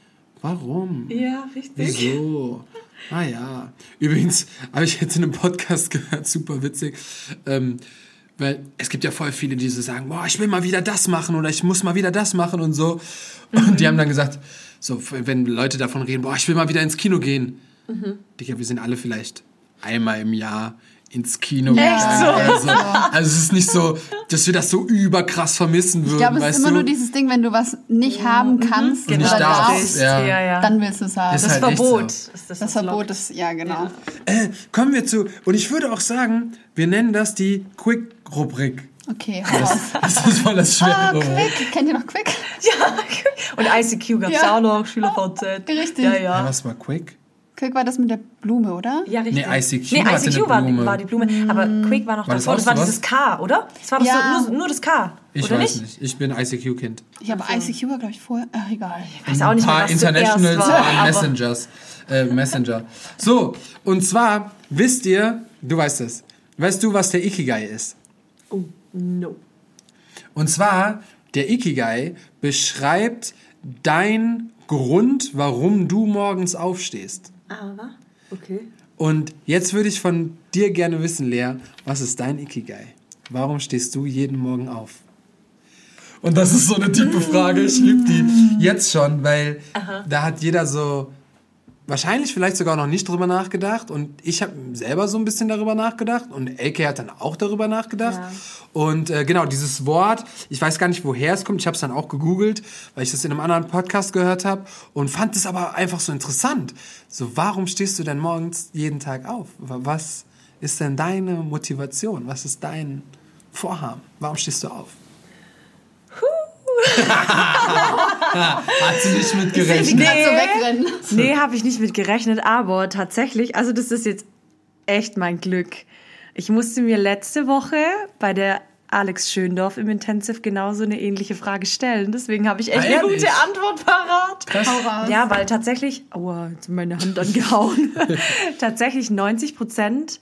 warum? Ja, richtig. Wieso? Ah ja. Übrigens habe ich jetzt in einem Podcast gehört, super witzig, ähm, weil es gibt ja voll viele, die so sagen, boah, ich will mal wieder das machen oder ich muss mal wieder das machen und so. Und Mhm. die haben dann gesagt, so, wenn Leute davon reden, boah, ich will mal wieder ins Kino gehen. Mhm. Digga, wir sind alle vielleicht einmal im Jahr ins Kino Echt gegangen. so? Also, also es ist nicht so, dass wir das so überkrass vermissen würden, Ich glaube, es weißt ist immer du? nur dieses Ding, wenn du was nicht haben kannst Und nicht oder darfst, darfst, ja. ja, ja. dann willst du es haben. Ist das halt echt Verbot so. ist das. das Verbot ist, ja genau. Äh, kommen wir zu, und ich würde auch sagen, wir nennen das die Quick-Rubrik. Okay, hau raus. Das ist voll das schwere Ah, Wort. Quick. Kennt ihr noch Quick? Ja, und I C Q gab's Ja. auch noch, SchülerVZ. Richtig. Ja, Ja, ja. was war Quick? Quake war das mit der Blume, oder? Ja, richtig. Nee, I C Q nee, hatte I C Q eine war, Blume. war die Blume. Aber Quake war noch War das davor. auch Das war sowas? dieses K, oder? Das war doch Ja. so, nur, nur das K. Ich oder weiß nicht? nicht. Ich bin I C Q-Kind. Ich habe I C Q war, glaube ich, vorher. Ach, egal. Ich weiß auch nicht Ein paar mehr, was zuerst Internationals war. waren aber- Messengers. Äh, Messenger. So, und zwar, wisst ihr, du weißt es, weißt du, was der Ikigai ist? Oh, no. Und zwar, der Ikigai beschreibt dein Grund, warum du morgens aufstehst. Aber, okay. Und jetzt würde ich von dir gerne wissen, Lea, was ist dein Ikigai? Warum stehst du jeden Morgen auf? Und das ist so eine tiefe Frage, ich liebe die jetzt schon, weil Aha. da hat jeder so wahrscheinlich vielleicht sogar noch nicht drüber nachgedacht und ich habe selber so ein bisschen darüber nachgedacht und Elke hat dann auch darüber nachgedacht. Ja. Und äh, genau, dieses Wort, ich weiß gar nicht, woher es kommt, ich habe es dann auch gegoogelt, weil ich das in einem anderen Podcast gehört habe und fand es aber einfach so interessant. So, warum stehst du denn morgens jeden Tag auf? Was ist denn deine Motivation? Was ist dein Vorhaben? Warum stehst du auf? Hat sie nicht mit Ich gerechnet. gerade so wegrennen. Nee, habe ich nicht mit gerechnet, aber tatsächlich, also das ist jetzt echt mein Glück. Ich musste mir letzte Woche bei der Alex Schöndorf im Intensive genauso eine ähnliche Frage stellen. Deswegen habe ich echt Ah, eine ehrlich? gute Antwort parat. Hau raus. Ja, weil tatsächlich, aua, jetzt meine Hand angehauen. Tatsächlich neunzig Prozent,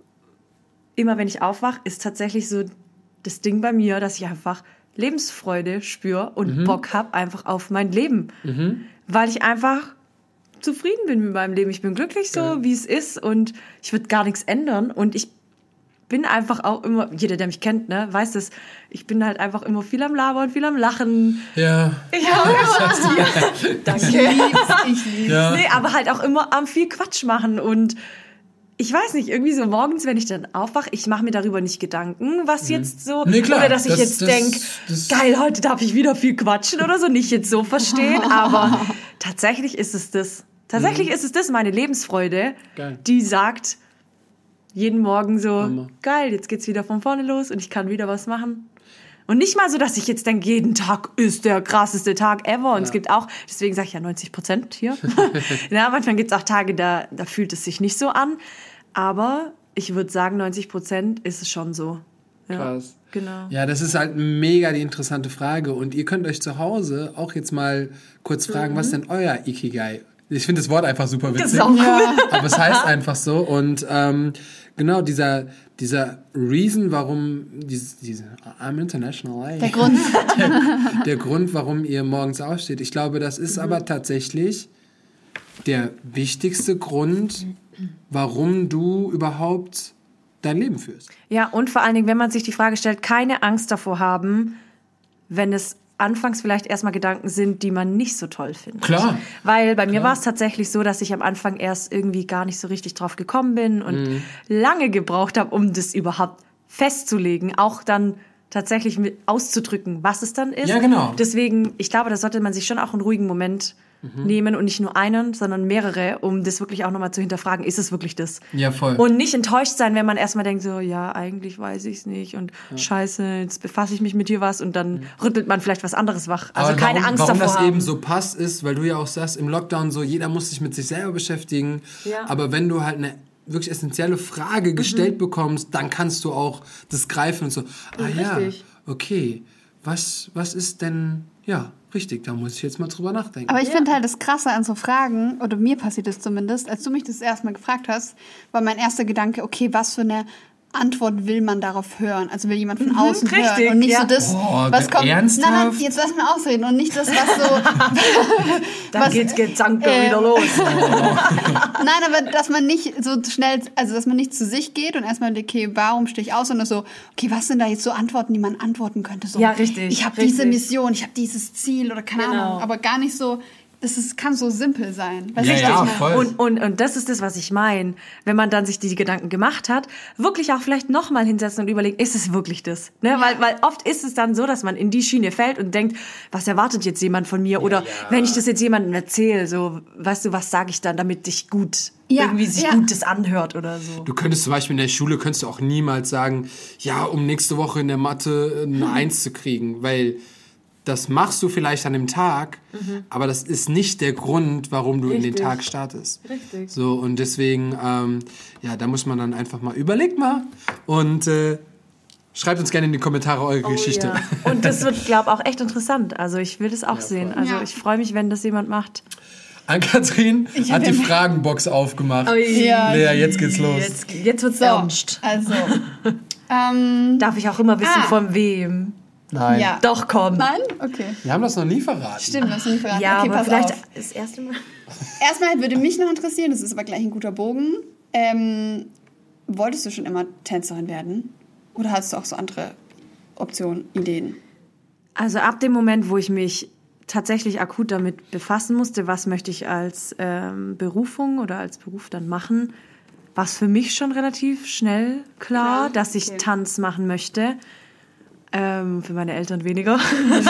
immer wenn ich aufwache, ist tatsächlich so das Ding bei mir, dass ich einfach Lebensfreude spüre und Bock habe einfach auf mein Leben. Weil ich einfach zufrieden bin mit meinem Leben. Ich bin glücklich so, Geil. wie es ist und ich würde gar nichts ändern. Und ich bin einfach auch immer, jeder, der mich kennt, ne, weiß es, ich bin halt einfach immer viel am Labern, viel am Lachen. Ja. Ja, ja. Danke. Ich lieb's. Ja. Nee, aber halt auch immer am viel Quatsch machen und ich weiß nicht, irgendwie so morgens, wenn ich dann aufwache, ich mache mir darüber nicht Gedanken, was jetzt so, Nee, klar. oder dass ich Das- jetzt das- denk, das- geil, heute darf ich wieder viel quatschen oder so, nicht jetzt so verstehen, aber tatsächlich ist es das. Tatsächlich ist es das, meine Lebensfreude, Geil. die sagt jeden Morgen so, Hammer. geil, jetzt geht's wieder von vorne los und ich kann wieder was machen. Und nicht mal so, dass ich jetzt denke, jeden Tag ist der krasseste Tag ever. Und es gibt auch, deswegen sage ich ja neunzig Prozent hier. Ja, manchmal gibt es auch Tage, da, da fühlt es sich nicht so an. Aber ich würde sagen, neunzig Prozent ist es schon so. Ja, Krass. genau. Ja, das ist halt mega die interessante Frage. Und ihr könnt euch zu Hause auch jetzt mal kurz fragen, was denn euer Ikigai? Ich finde das Wort einfach super Das witzig. ist auch cool. Aber es heißt einfach so. Und ähm, genau, dieser, dieser Reason, warum diese, diese I'm international, ey. Der Grund. der, der Grund, warum ihr morgens aufsteht. Ich glaube, das ist aber tatsächlich der wichtigste Grund, warum du überhaupt dein Leben führst. Ja, und vor allen Dingen, wenn man sich die Frage stellt, keine Angst davor haben, wenn es anfangs vielleicht erstmal Gedanken sind, die man nicht so toll findet. Klar. Weil bei mir war es tatsächlich so, dass ich am Anfang erst irgendwie gar nicht so richtig drauf gekommen bin und lange gebraucht habe, um das überhaupt festzulegen, auch dann tatsächlich mit auszudrücken, was es dann ist. Ja, genau. Deswegen, ich glaube, da sollte man sich schon auch einen ruhigen Moment nehmen und nicht nur einen, sondern mehrere, um das wirklich auch nochmal zu hinterfragen, ist es wirklich das? Ja, voll. Und nicht enttäuscht sein, wenn man erstmal denkt, so, ja, eigentlich weiß ich es nicht und scheiße, jetzt befasse ich mich mit dir was und dann rüttelt man vielleicht was anderes wach. Also Aber keine warum, Angst warum davor das haben. eben so passt, ist, weil du ja auch sagst, im Lockdown so, jeder muss sich mit sich selber beschäftigen. Ja. Aber wenn du halt eine wirklich essentielle Frage gestellt bekommst, dann kannst du auch das greifen und so, ah ja, Richtig. okay, was, was ist denn, ja, richtig, da muss ich jetzt mal drüber nachdenken. Aber ich finde halt das Krasse an so Fragen, oder mir passiert es zumindest, als du mich das erstmal gefragt hast, war mein erster Gedanke, okay, was für eine Antwort will man darauf hören? Also will jemand von außen richtig, hören und nicht ja. so das, Oh, was kommt. ernsthaft? Nein, nein, jetzt lass mir ausreden und nicht das, was so. Dann was- geht's Gezanke ähm, wieder los. Nein, aber dass man nicht so schnell, also dass man nicht zu sich geht und erstmal, okay, warum stehe ich aus, sondern so, okay, was sind da jetzt so Antworten, die man antworten könnte? So, Ja, richtig, Ich habe richtig. diese Mission, ich habe dieses Ziel oder keine Genau. Ahnung, aber gar nicht so, das ist, kann so simpel sein. Weißt Ja, du, ja, was ich meine? voll. Und, und, und das ist das, was ich meine. Wenn man dann sich die Gedanken gemacht hat, wirklich auch vielleicht nochmal hinsetzen und überlegen, ist es wirklich das? Ne? Weil, weil oft ist es dann so, dass man in die Schiene fällt und denkt, was erwartet jetzt jemand von mir? Oder wenn ich das jetzt jemandem erzähle, so, weißt du, was sage ich dann, damit dich gut, Ja, irgendwie sich ja. gut das anhört oder so. Du könntest zum Beispiel in der Schule, könntest du auch niemals sagen, ja, um nächste Woche in der Mathe eine Eins zu kriegen, weil das machst du vielleicht an dem Tag, mhm. aber das ist nicht der Grund, warum du Richtig. in den Tag startest. Richtig. So, und deswegen, ähm, ja, da muss man dann einfach mal, überlegt mal und äh, schreibt uns gerne in die Kommentare eure oh, Geschichte. Ja. Und das wird, glaube ich, auch echt interessant. Also ich will das auch ja, sehen. Also ja. ich freue mich, wenn das jemand macht. Ann-Kathrin hat die Fragenbox aufgemacht. Oh, ja, Lea, jetzt geht's los. Jetzt, jetzt wird's so, ernst. Also, ähm, darf ich auch immer wissen, ah. von wem? Nein. Ja. Doch, komm. Nein? Okay. Wir haben das noch nie verraten. Stimmt, wir haben das noch nie verraten. Ja, okay, aber pass vielleicht auf. das erste Mal. Erstmal würde mich noch interessieren, das ist aber gleich ein guter Bogen. Ähm, wolltest du schon immer Tänzerin werden? Oder hast du auch so andere Optionen, Ideen? Also ab dem Moment, wo ich mich tatsächlich akut damit befassen musste, was möchte ich als ähm, Berufung oder als Beruf dann machen, war es für mich schon relativ schnell klar, ja, dass ich okay. Tanz machen möchte. Ähm, für meine Eltern weniger.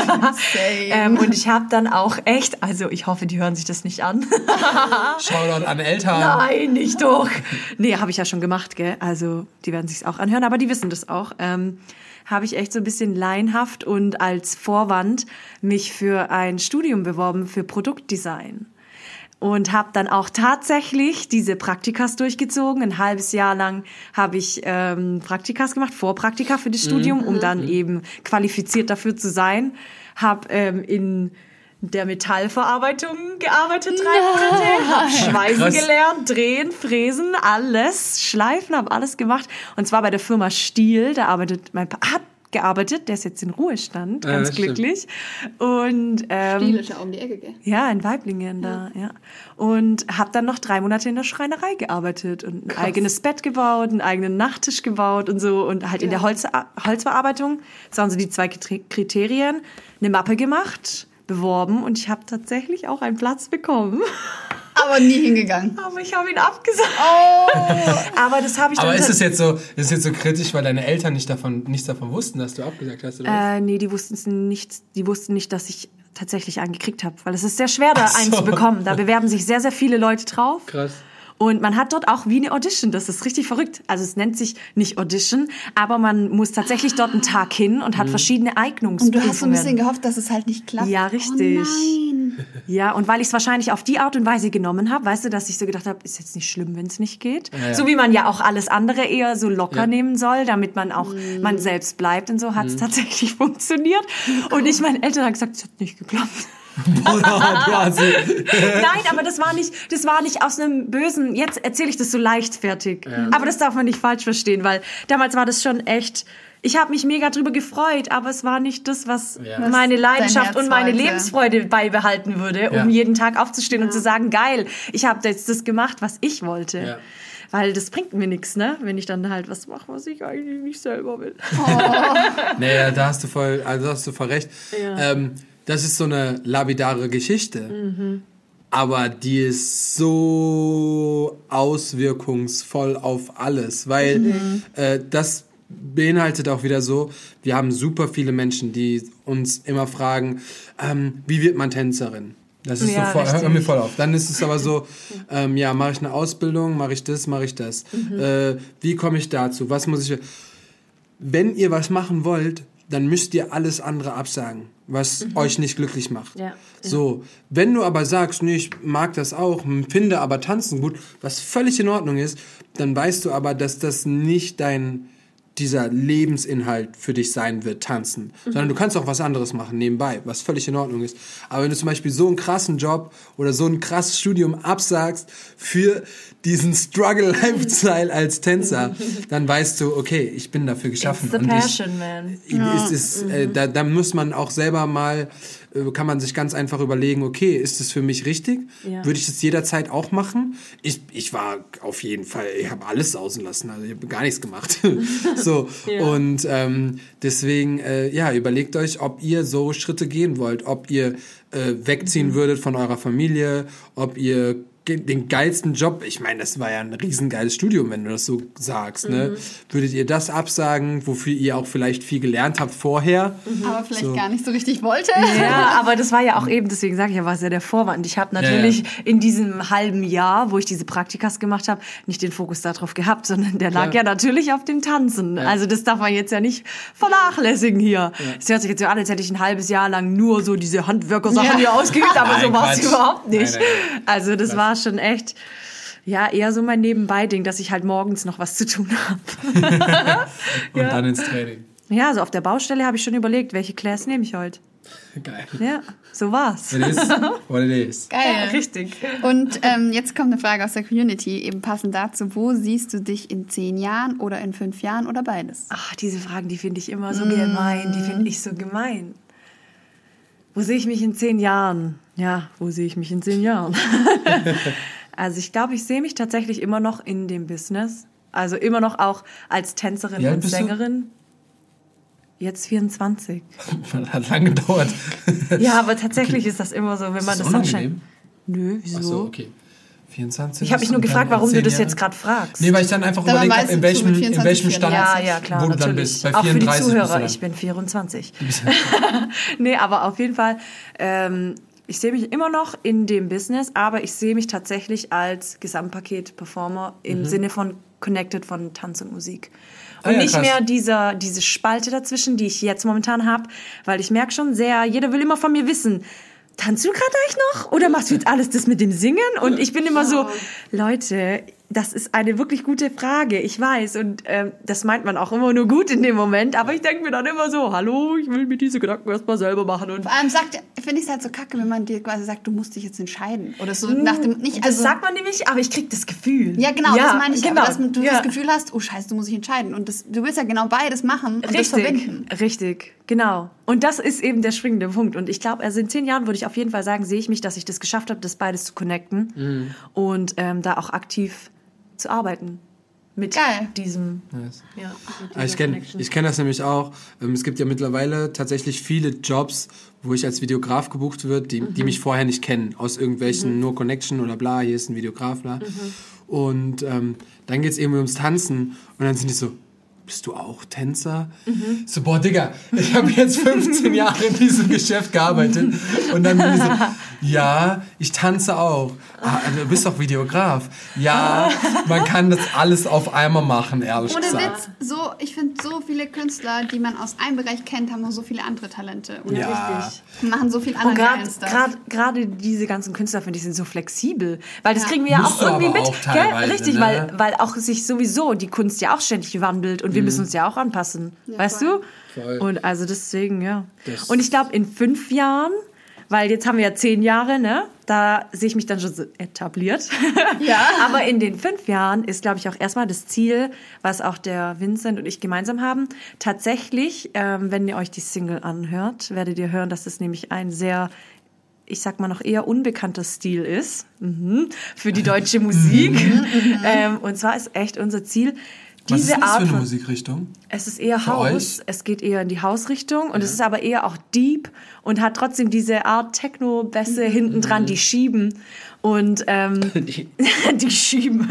ähm, und ich habe dann auch echt, also ich hoffe, die hören sich das nicht an. Shoutout an Eltern. Nein, nicht doch. Nee, habe ich ja schon gemacht, gell? Also die werden sich's auch anhören, aber die wissen das auch. Ähm, habe ich echt so ein bisschen laienhaft und als Vorwand mich für ein Studium beworben für Produktdesign. Und habe dann auch tatsächlich diese Praktikas durchgezogen. Ein halbes Jahr lang habe ich ähm, Praktikas gemacht, Vorpraktika für das Studium, um dann eben qualifiziert dafür zu sein. Habe ähm, in der Metallverarbeitung gearbeitet, drei Monate. Habe Schweißen Krass. gelernt, drehen, fräsen, alles, schleifen, habe alles gemacht. Und zwar bei der Firma Stihl, da arbeitet mein Pa, hat gearbeitet, der ist jetzt in Ruhestand, ganz ja, glücklich. Und ähm, Stiel ist ja um die Ecke, gell? Ja, in Weiblingen da, ja. Und habe dann noch drei Monate in der Schreinerei gearbeitet und ein Krass. eigenes Bett gebaut, einen eigenen Nachttisch gebaut und so und halt ja. in der Holz, Holzverarbeitung. Das waren so die zwei Kriterien. Eine Mappe gemacht, beworben und ich habe tatsächlich auch einen Platz bekommen. Aber nie hingegangen. Aber ich habe ihn abgesagt. Oh. Aber das habe ich dann... Aber ist es jetzt so, ist es jetzt so kritisch, weil deine Eltern nicht davon, nichts davon wussten, dass du abgesagt hast? Oder äh, nee, die wussten nicht, die wussten nicht, dass ich tatsächlich einen gekriegt habe. Weil es ist sehr schwer, da so. einen zu bekommen. Da bewerben sich sehr, sehr viele Leute drauf. Krass. Und man hat dort auch wie eine Audition, das ist richtig verrückt. Also es nennt sich nicht Audition, aber man muss tatsächlich dort einen Tag hin und hat mhm. verschiedene Eignungsprüfungen. Und du hast so ein bisschen gehofft, dass es halt nicht klappt. Ja, richtig. Oh nein. Ja, und weil ich es wahrscheinlich auf die Art und Weise genommen habe, weißt du, dass ich so gedacht habe, ist jetzt nicht schlimm, wenn es nicht geht. Ja, ja. So wie man ja auch alles andere eher so locker ja. nehmen soll, damit man auch mhm. man selbst bleibt und so, hat es mhm. tatsächlich funktioniert. Oh. Und ich meinen Eltern habe gesagt, es hat nicht geklappt. Nein, aber das war nicht, das war nicht aus einem bösen, jetzt erzähle ich das so leichtfertig. Ja. Aber das darf man nicht falsch verstehen, weil damals war das schon echt, ich habe mich mega drüber gefreut, aber es war nicht das, was ja. meine Leidenschaft und meine wollte. Lebensfreude beibehalten würde, um ja. jeden Tag aufzustehen ja. und zu sagen, geil, ich habe jetzt das gemacht, was ich wollte. Ja. Weil das bringt mir nichts, ne? Wenn ich dann halt was mache, was ich eigentlich nicht selber will. Oh. Naja, da hast du voll, also hast du voll recht. Ja. Ähm, Das ist so eine lapidare Geschichte, mhm. aber die ist so auswirkungsvoll auf alles, weil mhm. äh, das beinhaltet auch wieder so, wir haben super viele Menschen, die uns immer fragen, ähm, wie wird man Tänzerin? Das ist ja, so voll, hör mir voll auf. Dann ist es aber so, ähm, ja, mache ich eine Ausbildung, mache ich das, mache ich das. Mhm. Äh, wie komme ich dazu? Was muss ich... Wenn ihr was machen wollt, dann müsst ihr alles andere absagen, was mhm. euch nicht glücklich macht. Ja, so, wenn du aber sagst, nee, ich mag das auch, finde aber Tanzen gut, was völlig in Ordnung ist, dann weißt du aber, dass das nicht dein dieser Lebensinhalt für dich sein wird, tanzen. Mhm. Sondern du kannst auch was anderes machen nebenbei, was völlig in Ordnung ist. Aber wenn du zum Beispiel so einen krassen Job oder so ein krasses Studium absagst für diesen Struggle-Lifestyle als Tänzer, dann weißt du, okay, ich bin dafür geschaffen. It's the passion, ich, man. Ja. Ist, ist, mhm. äh, da, da muss man auch selber mal, äh, kann man sich ganz einfach überlegen, okay, ist es für mich richtig? Ja. Würde ich das jederzeit auch machen? Ich, ich war auf jeden Fall, ich habe alles sausen lassen, also ich habe gar nichts gemacht. So, ja. Und ähm, deswegen, äh, ja, überlegt euch, ob ihr so Schritte gehen wollt, ob ihr äh, wegziehen mhm. würdet von eurer Familie, ob ihr den geilsten Job, ich meine, das war ja ein riesengeiles Studium, wenn du das so sagst, ne? Mhm. Würdet ihr das absagen, wofür ihr auch vielleicht viel gelernt habt vorher? Mhm. Aber vielleicht so. gar nicht so richtig wollte. Ja, aber das war ja auch eben, deswegen sage ich ja, war es ja der Vorwand. Ich habe natürlich ja, ja. in diesem halben Jahr, wo ich diese Praktikas gemacht habe, nicht den Fokus darauf gehabt, sondern der lag Klar. ja natürlich auf dem Tanzen. Ja. Also das darf man jetzt ja nicht vernachlässigen hier. Es hört sich jetzt so an, als hätte ich ein halbes Jahr lang nur so diese Handwerkersachen Ja. hier ausgeübt, aber Nein, so war es Quatsch. überhaupt nicht. Nein, nein, nein. Also das Quatsch. war schon echt... Ja, eher so mein Nebenbei-Ding, dass ich halt morgens noch was zu tun habe. Und Ja. dann ins Training. Ja, also auf der Baustelle habe ich schon überlegt, welche Class nehme ich heute. Geil. Ja, so war's. It is what it is. Geil. Ja, richtig. Und ähm, jetzt kommt eine Frage aus der Community, eben passend dazu. Wo siehst du dich in zehn Jahren oder in fünf Jahren oder beides? Ach, diese Fragen, die finde ich immer so gemein. Die finde ich so gemein. Wo sehe ich mich in zehn Jahren? Ja, wo sehe ich mich in zehn Jahren? Also ich glaube, ich sehe mich tatsächlich immer noch in dem Business. Also immer noch auch als Tänzerin Wie alt und bist du? Sängerin. Jetzt vierundzwanzig. Hat lange gedauert. Ja, aber tatsächlich ist das immer so, wenn Ist man das das dann unangenehm? schon... Nö, wieso? Ach so, okay. vierundzwanzig. Ich habe mich nur und dann gefragt, warum in du zehn das Jahren? jetzt gerade fragst. Nee, weil ich dann einfach Da man überlegt weiß, habe, in du welchem, mit in vierundzwanzig, welchem Stand Ja, ja, klar, wo du dann natürlich. bist. Bei auch für die vierunddreißig bist du Zuhörer, dann. ich bin vierundzwanzig. Nee, aber auf jeden Fall, ähm, ich sehe mich immer noch in dem Business, aber ich sehe mich tatsächlich als Gesamtpaket-Performer im Sinne von Connected von Tanz und Musik. Und Ah ja, nicht krass. mehr dieser, diese Spalte dazwischen, die ich jetzt momentan habe, weil ich merke schon sehr, jeder will immer von mir wissen, tanzt du gerade eigentlich noch? Oder machst du jetzt alles das mit dem Singen? Und ich bin immer so, Leute, das ist eine wirklich gute Frage, ich weiß. Und ähm, das meint man auch immer nur gut in dem Moment. Aber ich denke mir dann immer so, hallo, ich will mir diese Gedanken erstmal selber machen. Und Vor allem sagt, finde ich es halt so kacke, wenn man dir quasi sagt, du musst dich jetzt entscheiden. Oder so nach dem, nicht, das also, sagt man nämlich, aber ich krieg das Gefühl. ja, genau, das meine ich. genau. Aber dass du Ja. das Gefühl hast, oh scheiße, du musst dich entscheiden. Und das, du willst ja genau beides machen und das Richtig, verbinden. richtig, genau. Und das ist eben der springende Punkt. Und ich glaube, also in zehn Jahren würde ich auf jeden Fall sagen, sehe ich mich, dass ich das geschafft habe, das beides zu connecten Mhm. und ähm, da auch aktiv zu arbeiten mit Geil. diesem. Nice. Ja, mit Ah, ich dieser kenne Connection. ich kenn das nämlich auch. Ähm, Es gibt ja mittlerweile tatsächlich viele Jobs, wo ich als Videograf gebucht wird, die, die mich vorher nicht kennen, aus irgendwelchen nur Connection oder bla, hier ist ein Videograf, bla. Und ähm, dann geht es eben ums Tanzen und dann sind die so, bist du auch Tänzer? So, boah, Digga, ich habe jetzt fünfzehn Jahre in diesem Geschäft gearbeitet und dann bin ich so, ja, ich tanze auch. Ah, du bist doch Videograf. Ja, man kann das alles auf einmal machen, ehrlich Ohne gesagt. Witz, so, ich finde, so viele Künstler, die man aus einem Bereich kennt, haben noch so viele andere Talente. Und Ja. Richtig. machen so viel Und anderen gerade geilen Stuff. gerade gerade diese ganzen Künstler, finde ich, sind so flexibel. Weil das Ja. kriegen wir ja Musst auch du irgendwie aber mit. auch teilweise, Gell? Richtig, ne? weil, weil auch sich sowieso die Kunst ja auch ständig wandelt und wir müssen uns ja auch anpassen. weißt voll. du? Voll. Und also deswegen, ja. Das- Und ich glaube, in fünf Jahren, weil jetzt haben wir ja zehn Jahre, ne? Da sehe ich mich dann schon so etabliert. Ja. Aber in den fünf Jahren ist, glaube ich, auch erstmal das Ziel, was auch der Vincent und ich gemeinsam haben. Tatsächlich, ähm, wenn ihr euch die Single anhört, werdet ihr hören, dass es nämlich ein sehr, ich sag mal noch eher unbekannter Stil ist, mhm, für die deutsche Musik. ähm, und zwar ist echt unser Ziel, Was diese ist das Art für eine von Musikrichtung? es ist eher Für Haus, euch? es geht eher in die Hausrichtung und es ist aber eher auch deep und hat trotzdem diese Art Techno-Bässe hinten dran, die schieben und ähm, Die die schieben.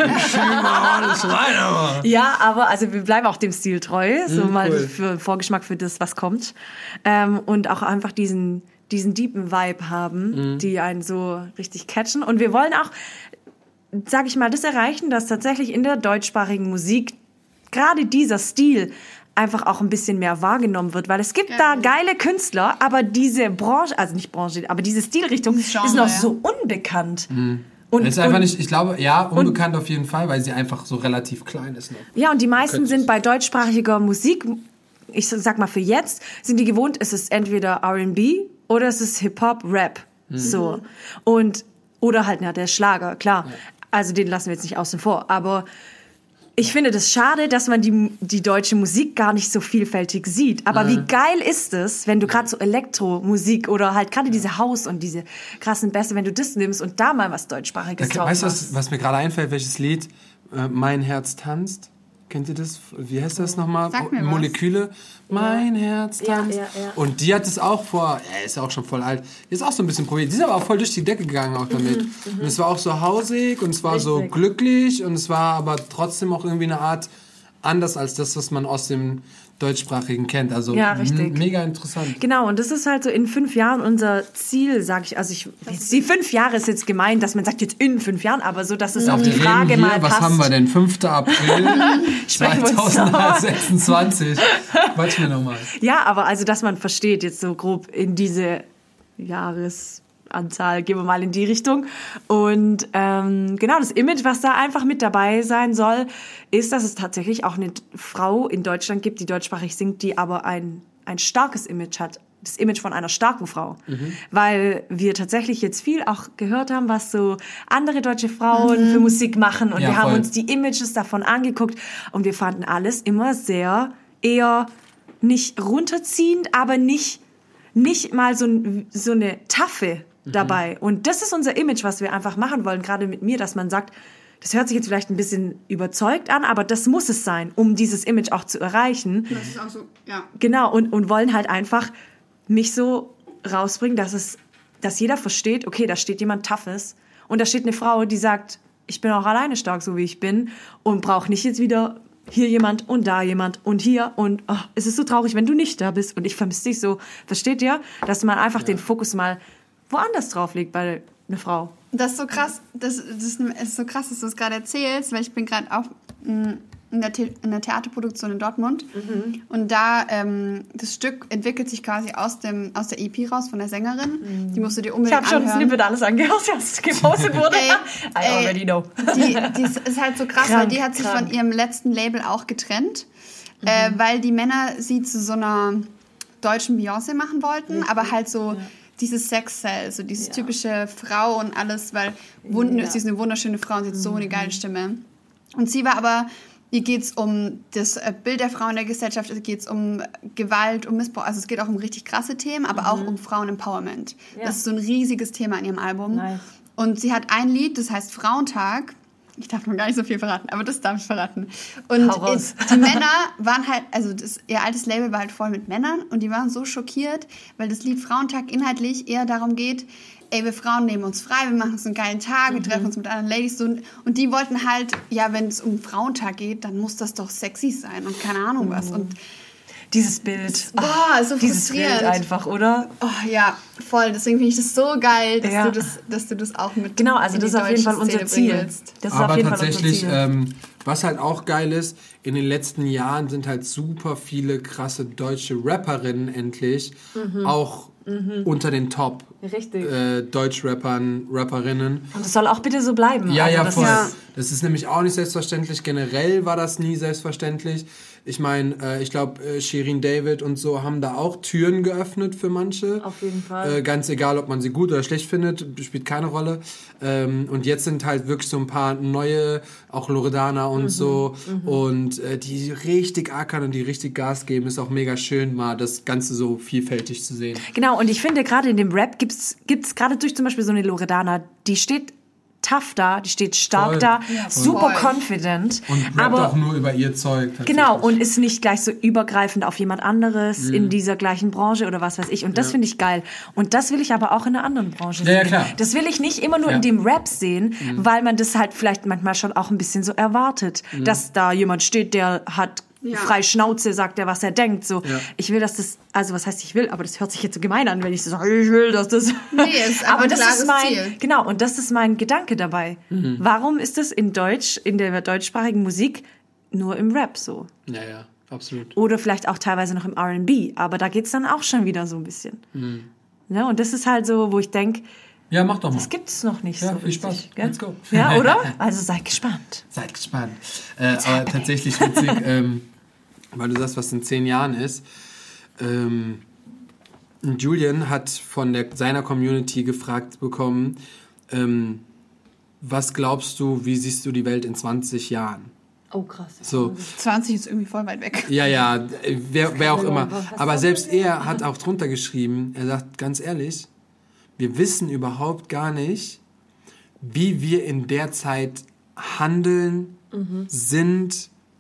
Ja, aber also wir bleiben auch dem Stil treu, so Mhm, mal cool. für Vorgeschmack für das, was kommt ähm, und auch einfach diesen diesen deepen Vibe haben, Mhm. die einen so richtig catchen und wir wollen auch, sag ich mal, das erreichen, dass tatsächlich in der deutschsprachigen Musik gerade dieser Stil einfach auch ein bisschen mehr wahrgenommen wird, weil es gibt da geile Künstler, aber diese Branche, also nicht Branche, aber diese Stilrichtung Dieses Genre, ist noch ja. so unbekannt. Und, Und, ist einfach und, nicht, ich glaube, ja, unbekannt auf jeden Fall, weil sie einfach so relativ klein ist noch. ja, und die meisten Könntest- sind bei deutschsprachiger Musik, ich sag mal für jetzt, sind die gewohnt, es ist entweder R and B oder es ist Hip-Hop, Rap. So. Und, oder halt, na, der Schlager, klar. Also den lassen wir jetzt nicht außen vor. Aber ich finde das schade, dass man die, die deutsche Musik gar nicht so vielfältig sieht. Aber wie geil ist es, wenn du gerade so Elektromusik oder halt gerade diese House und diese krassen Bässe, wenn du das nimmst und da mal was deutschsprachiges drauf Weißt du, machst. was, was mir gerade einfällt, welches Lied? Äh, mein Herz tanzt. Kennt ihr das? Wie heißt das nochmal? Sag mir was. Moleküle. Mein Herz tanzt. Ja, ja, ja. Und die hat es auch vor, er ist ja auch schon voll alt, die ist auch so ein bisschen probiert. Die ist aber auch voll durch die Decke gegangen auch damit. Mhm, und es war auch so hausig und es war Richtig. so glücklich und es war aber trotzdem auch irgendwie eine Art anders als das, was man aus dem Deutschsprachigen kennt. Also ja, richtig. m- mega interessant. Genau, und das ist halt so in fünf Jahren unser Ziel, sag ich. Also ich, die fünf Jahre ist jetzt gemeint, dass man sagt jetzt in fünf Jahren, aber so, dass es auf die Wir Frage reden hier, mal was passt. haben wir denn? fünfter April Sprechen wir uns zweitausendsechsundzwanzig. Quatsch mir nochmal. Ja, aber also, dass man versteht, jetzt so grob in diese Jahresanzahl, gehen wir mal in die Richtung. Und ähm, genau, das Image, was da einfach mit dabei sein soll, ist, dass es tatsächlich auch eine Frau in Deutschland gibt, die deutschsprachig singt, die aber ein, ein starkes Image hat. Das Image von einer starken Frau. Mhm. Weil wir tatsächlich jetzt viel auch gehört haben, was so andere deutsche Frauen mhm. für Musik machen. Und ja, wir haben voll. uns die Images davon angeguckt. Und wir fanden alles immer sehr, eher nicht runterziehend, aber nicht, nicht mal so, so eine Taffe dabei. Mhm. Und das ist unser Image, was wir einfach machen wollen, gerade mit mir, dass man sagt, das hört sich jetzt vielleicht ein bisschen überzeugt an, aber das muss es sein, um dieses Image auch zu erreichen. Das ist auch so, ja. Genau, und, und wollen halt einfach mich so rausbringen, dass es, dass jeder versteht, okay, da steht jemand Toughes und da steht eine Frau, die sagt, ich bin auch alleine stark, so wie ich bin und brauche nicht jetzt wieder hier jemand und da jemand und hier und oh, es ist so traurig, wenn du nicht da bist und ich vermisse dich so. Versteht ihr? Dass man einfach ja. den Fokus mal woanders drauf legt bei einer Frau. Das ist so krass, das, das ist so krass, dass du es gerade erzählst, weil ich bin gerade auch in der, The- in der Theaterproduktion in Dortmund mhm. und da ähm, das Stück entwickelt sich quasi aus dem aus der E P raus von der Sängerin. Mhm. Die musst du dir unbedingt Ich habe schon anhören. ein Snippet alles angehört, was gepostet wurde. Ey, I already know. Die, die ist halt so krass, Krank, weil die hat sich krank. von ihrem letzten Label auch getrennt, Mhm. äh, weil die Männer sie zu so einer deutschen Beyoncé machen wollten, Mhm. aber halt so Ja. dieses Sex-Sell, so dieses Ja. typische Frau und alles, weil wund- Ja. sie ist eine wunderschöne Frau und sie hat so eine geile Stimme. Und sie war aber, hier geht es um das äh, Bild der Frau in der Gesellschaft, es geht um Gewalt, um Missbrauch, also es geht auch um richtig krasse Themen, aber auch um Frauen-Empowerment. Ja. Das ist so ein riesiges Thema in ihrem Album. Nice. Und sie hat ein Lied, das heißt Frauentag. Ich darf noch gar nicht so viel verraten, aber das darf ich verraten. Und Hau raus. die Männer waren halt, also das, ihr altes Label war halt voll mit Männern und die waren so schockiert, weil das Lied Frauentag inhaltlich eher darum geht, ey, wir Frauen nehmen uns frei, wir machen uns einen geilen Tag, wir treffen uns mit anderen Ladies. So, und die wollten halt, ja, wenn es um Frauentag geht, dann muss das doch sexy sein und keine Ahnung was. Und Dieses Bild. boah, so Dieses Bild frustrierend. einfach, oder? Oh, ja, voll. Deswegen finde ich das so geil, dass, Ja. du das, dass du das auch mit Genau, also in das die ist auf jeden Fall deutsche unser Szene Ziel. bringen willst. Das ist Aber auf jeden Fall tatsächlich, unser Ziel. ähm, was halt auch geil ist, in den letzten Jahren sind halt super viele krasse deutsche Rapperinnen endlich Mhm. auch unter den Top Richtig. äh, Deutschrappern, Rapperinnen. Und das soll auch bitte so bleiben. Ja, also ja, das voll. ist- Das ist nämlich auch nicht selbstverständlich. Generell war das nie selbstverständlich. Ich meine, äh, ich glaube, äh, Shirin David und so haben da auch Türen geöffnet für manche. Auf jeden Fall. Äh, ganz egal, ob man sie gut oder schlecht findet, spielt keine Rolle. Ähm, und jetzt sind halt wirklich so ein paar neue, auch Loredana und Mhm, so. Und äh, die richtig ackern und die richtig Gas geben. Ist auch mega schön, mal das Ganze so vielfältig zu sehen. Genau, und ich finde, gerade in dem Rap gibt's gibt's gerade durch zum Beispiel so eine Loredana, die steht tough da, die steht stark Voll. da, Ja, super voll. confident. Und rappt aber auch nur über ihr Zeug. tatsächlich. genau, und ist nicht gleich so übergreifend auf jemand anderes Mhm. in dieser gleichen Branche oder was weiß ich. Und das Ja. finde ich geil. Und das will ich aber auch in einer anderen Branche Ja, ja, sehen. klar. Das will ich nicht immer nur Ja. Mhm. in dem Rap sehen, weil man das halt vielleicht manchmal schon auch ein bisschen so erwartet, Mhm. dass da jemand steht, der hat Ja. frei Schnauze, sagt er, was er denkt. So, Ja. ich will, dass das, also was heißt ich will, aber das hört sich jetzt so gemein an, wenn ich so sage, ich will, dass das. Nee, es ist einfach aber ein das klares ist mein, Ziel. genau, und das ist mein Gedanke dabei. Mhm. Warum ist das in Deutsch, in der deutschsprachigen Musik nur im Rap so? Ja, ja, absolut. Oder vielleicht auch teilweise noch im R and B, aber da geht's dann auch schon wieder so ein bisschen. Mhm. Ja, und das ist halt so, wo ich denke, Ja, mach doch mal. das gibt's noch nicht Ja, so viel richtig. Spaß. Gell? Let's go. Ja, oder? Also seid gespannt. Seid gespannt. Äh, aber tatsächlich witzig, ähm, weil du sagst, was in zehn Jahren ist. Ähm, Julian hat von der, seiner Community gefragt bekommen, ähm, was glaubst du, wie siehst du die Welt in zwanzig Jahren? Oh, krass. So, zwanzig ist irgendwie voll weit weg. ja, ja, wer, wer auch immer. Was hast Aber du selbst er hat auch drunter geschrieben, er sagt ganz ehrlich, wir wissen überhaupt gar nicht, wie wir in der Zeit handeln, sind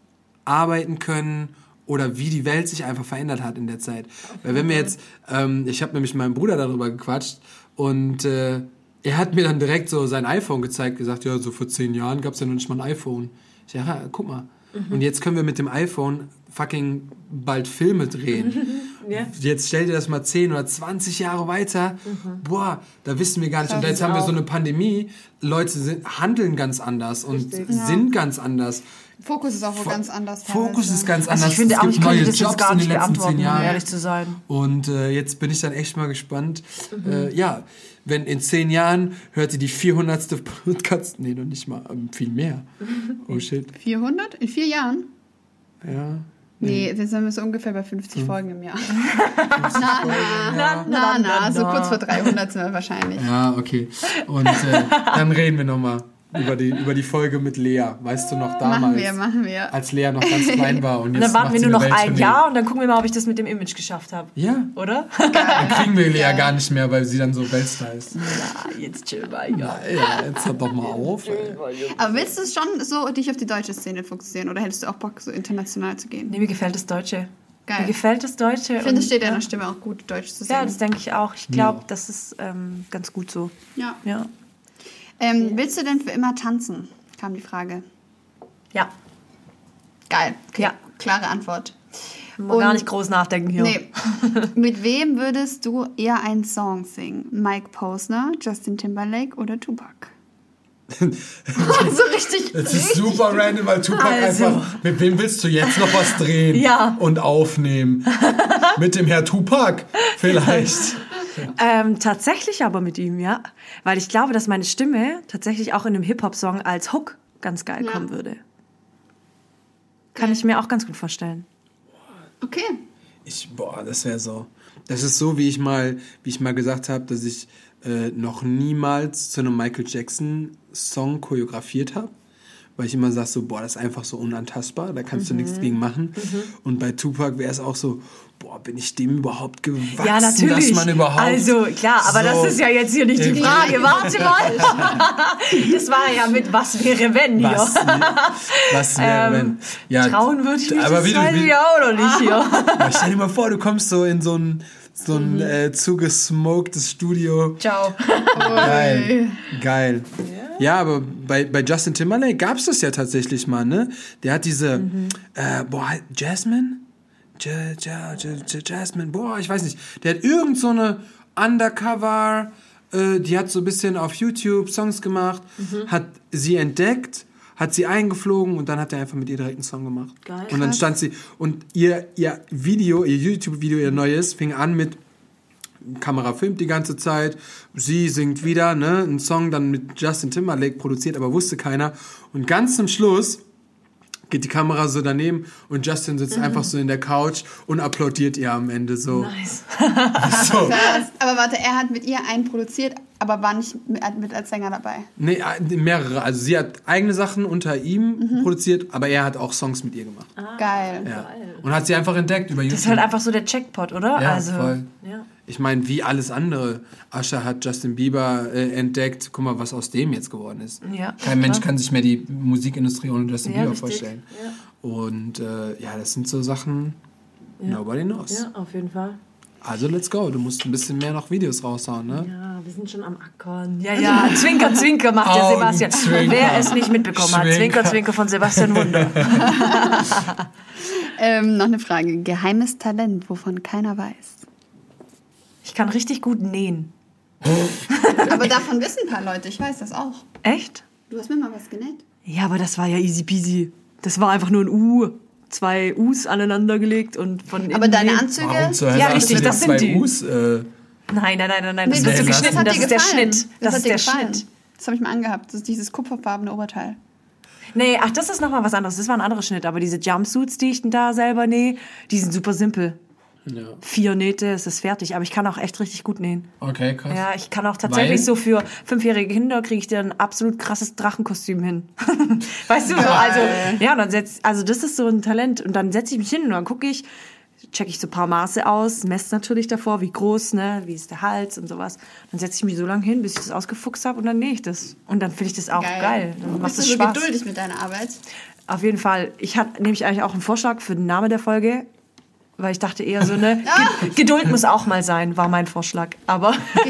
arbeiten können oder wie die Welt sich einfach verändert hat in der Zeit. Weil wenn wir jetzt, ähm, ich habe nämlich mit meinem Bruder darüber gequatscht und äh, er hat mir dann direkt so sein iPhone gezeigt, gesagt, ja, so vor zehn Jahren gab es ja noch nicht mal ein iPhone. Ich dachte, ja, guck mal. Mhm. Und jetzt können wir mit dem iPhone fucking bald Filme drehen. Ja. Jetzt stell dir das mal zehn oder zwanzig Jahre weiter. Mhm. Boah, da wissen wir gar nicht. Und jetzt haben wir so eine Pandemie. Leute sind, handeln ganz anders und Richtig. sind ja. ganz anders. Fokus ist auch Fo- ganz anders. Fokus ist ganz anders. Also ich finde es auch, gibt ich neue könnte das Jobs jetzt gar in nicht den letzten beantworten, zehn Jahren. um ehrlich zu sein. Und äh, jetzt bin ich dann echt mal gespannt. Mhm. Äh, ja, wenn in zehn Jahren hört ihr die vierhundertste Podcast... Nee, noch nicht mal. Viel mehr. Oh shit. vierhundert? In vier Jahren? Ja. Nee, wir sind so ungefähr bei fünfzig hm. Folgen im Jahr. na, na, na, na, na, so kurz vor dreihundert sind wir wahrscheinlich. Ja, okay. Und äh, dann reden wir nochmal über die, über die Folge mit Lea. Weißt du noch damals? Machen wir, machen wir. Als Lea noch ganz klein war. Und, und dann warten wir nur noch ein Jahr und dann gucken wir mal, ob ich das mit dem Image geschafft habe. Ja. Oder? Dann kriegen wir Lea ja. gar nicht mehr, weil sie dann so Weltstar ist. Ja, jetzt chill mal. Ja, ja jetzt hört doch mal auf. Ey. Aber willst du es schon so dich auf die deutsche Szene fokussieren oder hättest du auch Bock, so international zu gehen? Nee, mir gefällt das Deutsche. Geil. Mir gefällt das Deutsche. Ich finde, es steht ja in der Stimme auch gut, Deutsch zu singen. Ja, das denke ich auch. Ich glaube, ja. das ist ähm, ganz gut so. Ja. ja. Ähm, willst du denn für immer tanzen? Kam die Frage. Ja. Geil. Okay. Ja. Klare Antwort. Mal gar nicht groß nachdenken hier. Nee. Mit wem würdest du eher einen Song singen? Mike Posner, Justin Timberlake oder Tupac? so richtig. Das ist super random, weil Tupac also. einfach. Mit wem willst du jetzt noch was drehen ja. und aufnehmen? Mit dem Herr Tupac vielleicht. Ähm, tatsächlich aber mit ihm, ja. Weil ich glaube, dass meine Stimme tatsächlich auch in einem Hip-Hop-Song als Hook ganz geil ja. kommen würde. Kann ich mir auch ganz gut vorstellen. Okay. Ich, boah, das wäre so. Das ist so, wie ich mal, wie ich mal gesagt habe, dass ich äh, noch niemals zu einem Michael Jackson-Song choreografiert habe. Weil ich immer sage so, boah, das ist einfach so unantastbar, da kannst mhm. du nichts gegen machen. Mhm. Und bei Tupac wäre es auch so, boah, bin ich dem überhaupt gewachsen, ja, natürlich. dass man überhaupt... Also, klar, aber so das ist ja jetzt hier nicht die Frage. Warte mal. Das war ja mit was wäre wenn hier. Was, was wäre ähm, wenn? Ja, trauen würde ich mich, aber das wie weiß du, wie, ich auch noch nicht hier. Aber stell dir mal vor, du kommst so in so ein... So ein mhm. äh, zugesmoktes Studio. Ciao. Geil. Geil. Ja, ja aber bei, bei Justin Timberlake gab es das ja tatsächlich mal, ne? Der hat diese, mhm. äh, boah, Jasmine? J- J- J- J- Jasmine, boah, ich weiß nicht. Der hat irgend so eine Undercover, äh, die hat so ein bisschen auf YouTube Songs gemacht, mhm. hat sie entdeckt, hat sie eingeflogen und dann hat er einfach mit ihr direkt einen Song gemacht. Geil. Und dann stand sie, und ihr, ihr Video, ihr YouTube-Video, ihr neues, fing an mit Kamera filmt die ganze Zeit, sie singt wieder, ne, einen Song dann mit Justin Timberlake produziert, aber wusste keiner. Und ganz zum Schluss geht die Kamera so daneben und Justin sitzt mhm. einfach so in der Couch und applaudiert ihr am Ende so. Nice. so. Aber warte, er hat mit ihr einen produziert, aber war nicht mit, mit als Sänger dabei. Nee, mehrere. Also sie hat eigene Sachen unter ihm mhm. produziert, aber er hat auch Songs mit ihr gemacht. Ah, geil. Ja. Geil. Und hat sie einfach entdeckt über YouTube. Das ist halt einfach so der Jackpot, oder? Ja, also, voll. Ja. Ich meine, wie alles andere. Usher hat Justin Bieber äh, entdeckt. Guck mal, was aus dem jetzt geworden ist. Ja, Kein Mensch kann sich mehr die Musikindustrie ohne Justin ja, Bieber richtig. vorstellen. Ja. Und äh, ja, das sind so Sachen, ja. nobody knows. Ja, auf jeden Fall. Also let's go. Du musst ein bisschen mehr noch Videos raushauen, ne? Ja, wir sind schon am Ackern. Ja, ja, Zwinker, Zwinker macht der Sebastian. Wer es nicht mitbekommen Schwinker. hat, Zwinker, Zwinker von Sebastian Wunder. ähm, noch eine Frage. Geheimes Talent, wovon keiner weiß. Ich kann richtig gut nähen. Aber davon wissen ein paar Leute, ich weiß das auch. Echt? Du hast mir mal was genäht. Ja, aber das war ja easy peasy. Das war einfach nur ein U. Zwei U's aneinandergelegt und von Aber deine Anzüge? Warum zur Hölle Ja, hast richtig, du das zwei sind die. U's, äh, Nein, nein, nein, nein, nein. Das Nee, wird so das- geschnitten. das hat Das dir ist der gefallen. Schnitt. Das Das hat ist dir der gefallen. Schnitt. Das habe ich mal angehabt. Das ist dieses kupferfarbene Oberteil. Nee, ach, das ist nochmal was anderes. Das war ein anderer Schnitt. Aber diese Jumpsuits, die ich da selber nähe, die sind super simpel. ja. Vier Nähte, es ist fertig. Aber ich kann auch echt richtig gut nähen. Okay, krass. Ja, ich kann auch tatsächlich Weil? so für fünfjährige Kinder kriege ich dir ein absolut krasses Drachenkostüm hin. Weißt du, so, also, ja, dann setz, also das ist so ein Talent. Und dann setze ich mich hin und dann gucke ich checke ich so ein paar Maße aus, messe natürlich davor, wie groß, ne, wie ist der Hals und sowas. Dann setze ich mich so lange hin, bis ich das ausgefuchst habe und dann nähe ich das. Und dann finde ich das auch geil. geil. Dann macht Bist es du so Spaß. geduldig mit deiner Arbeit? Auf jeden Fall. Ich hatte nämlich eigentlich auch einen Vorschlag für den Namen der Folge, weil ich dachte eher so, ne, Ge- Geduld muss auch mal sein, war mein Vorschlag. Aber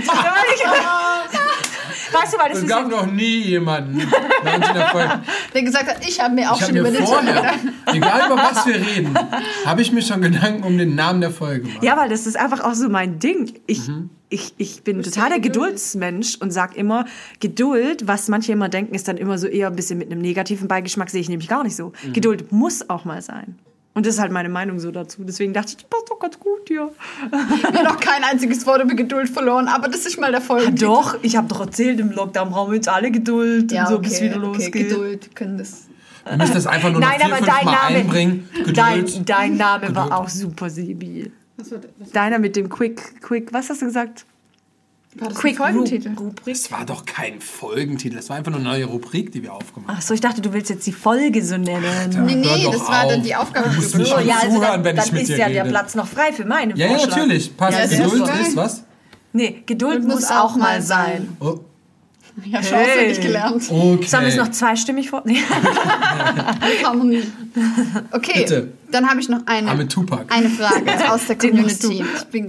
weißt du, weil das Es ist gab noch nie jemanden, der, der gesagt hat, ich habe mir auch ich schon hab mir über den vorher, egal über was wir reden, habe ich mir schon Gedanken um den Namen der Folge gemacht. Ja, weil das ist einfach auch so mein Ding. Ich, mhm. ich, ich bin total der Geduldsmensch und sag immer, Geduld, was manche immer denken, ist dann immer so eher ein bisschen mit einem negativen Beigeschmack, sehe ich nämlich gar nicht so. Mhm. Geduld muss auch mal sein. Und das ist halt meine Meinung so dazu. Deswegen dachte ich, das passt doch ganz gut hier. Ich habe noch kein einziges Wort über Geduld verloren, aber das ist mal der Folge. Ja, doch, ich habe doch erzählt, im Lockdown brauchen wir jetzt alle Geduld ja, und so, okay, bis wieder okay, losgeht. Geduld, können das... Wir müssen das einfach nur noch Nein, vier, aber fünf dein Mal Name, einbringen. Geduld. Dein, dein Name Geduld. war auch super, Sebi. Was war das? Was Deiner mit dem Quick, Quick, was hast du gesagt? war das Quick ein Folgentitel? Rubrik. Das war doch kein Folgentitel, das war einfach eine neue Rubrik, die wir aufgemacht haben. Ach so, ich dachte, du willst jetzt die Folge so nennen. Nee, nee, Hör doch das war dann auf. die Aufgabe. Du musst nicht Oh, mal ja, also zuhören, dann, wenn dann ich mit ist dir ja rede. der Platz noch frei für meine Ja, ja, Vorschlag. natürlich. Passt. Ja, das ist Geduld geil. ist was? Nee, Geduld muss auch mal sein. Oh, Ich habe schon auswendig gelernt. okay. Sollen wir es noch zweistimmig vor... Nee. Kann man nie. Okay, Bitte. dann habe ich noch eine, Arme Tupac. eine Frage aus der Den musst Community. Ich bin...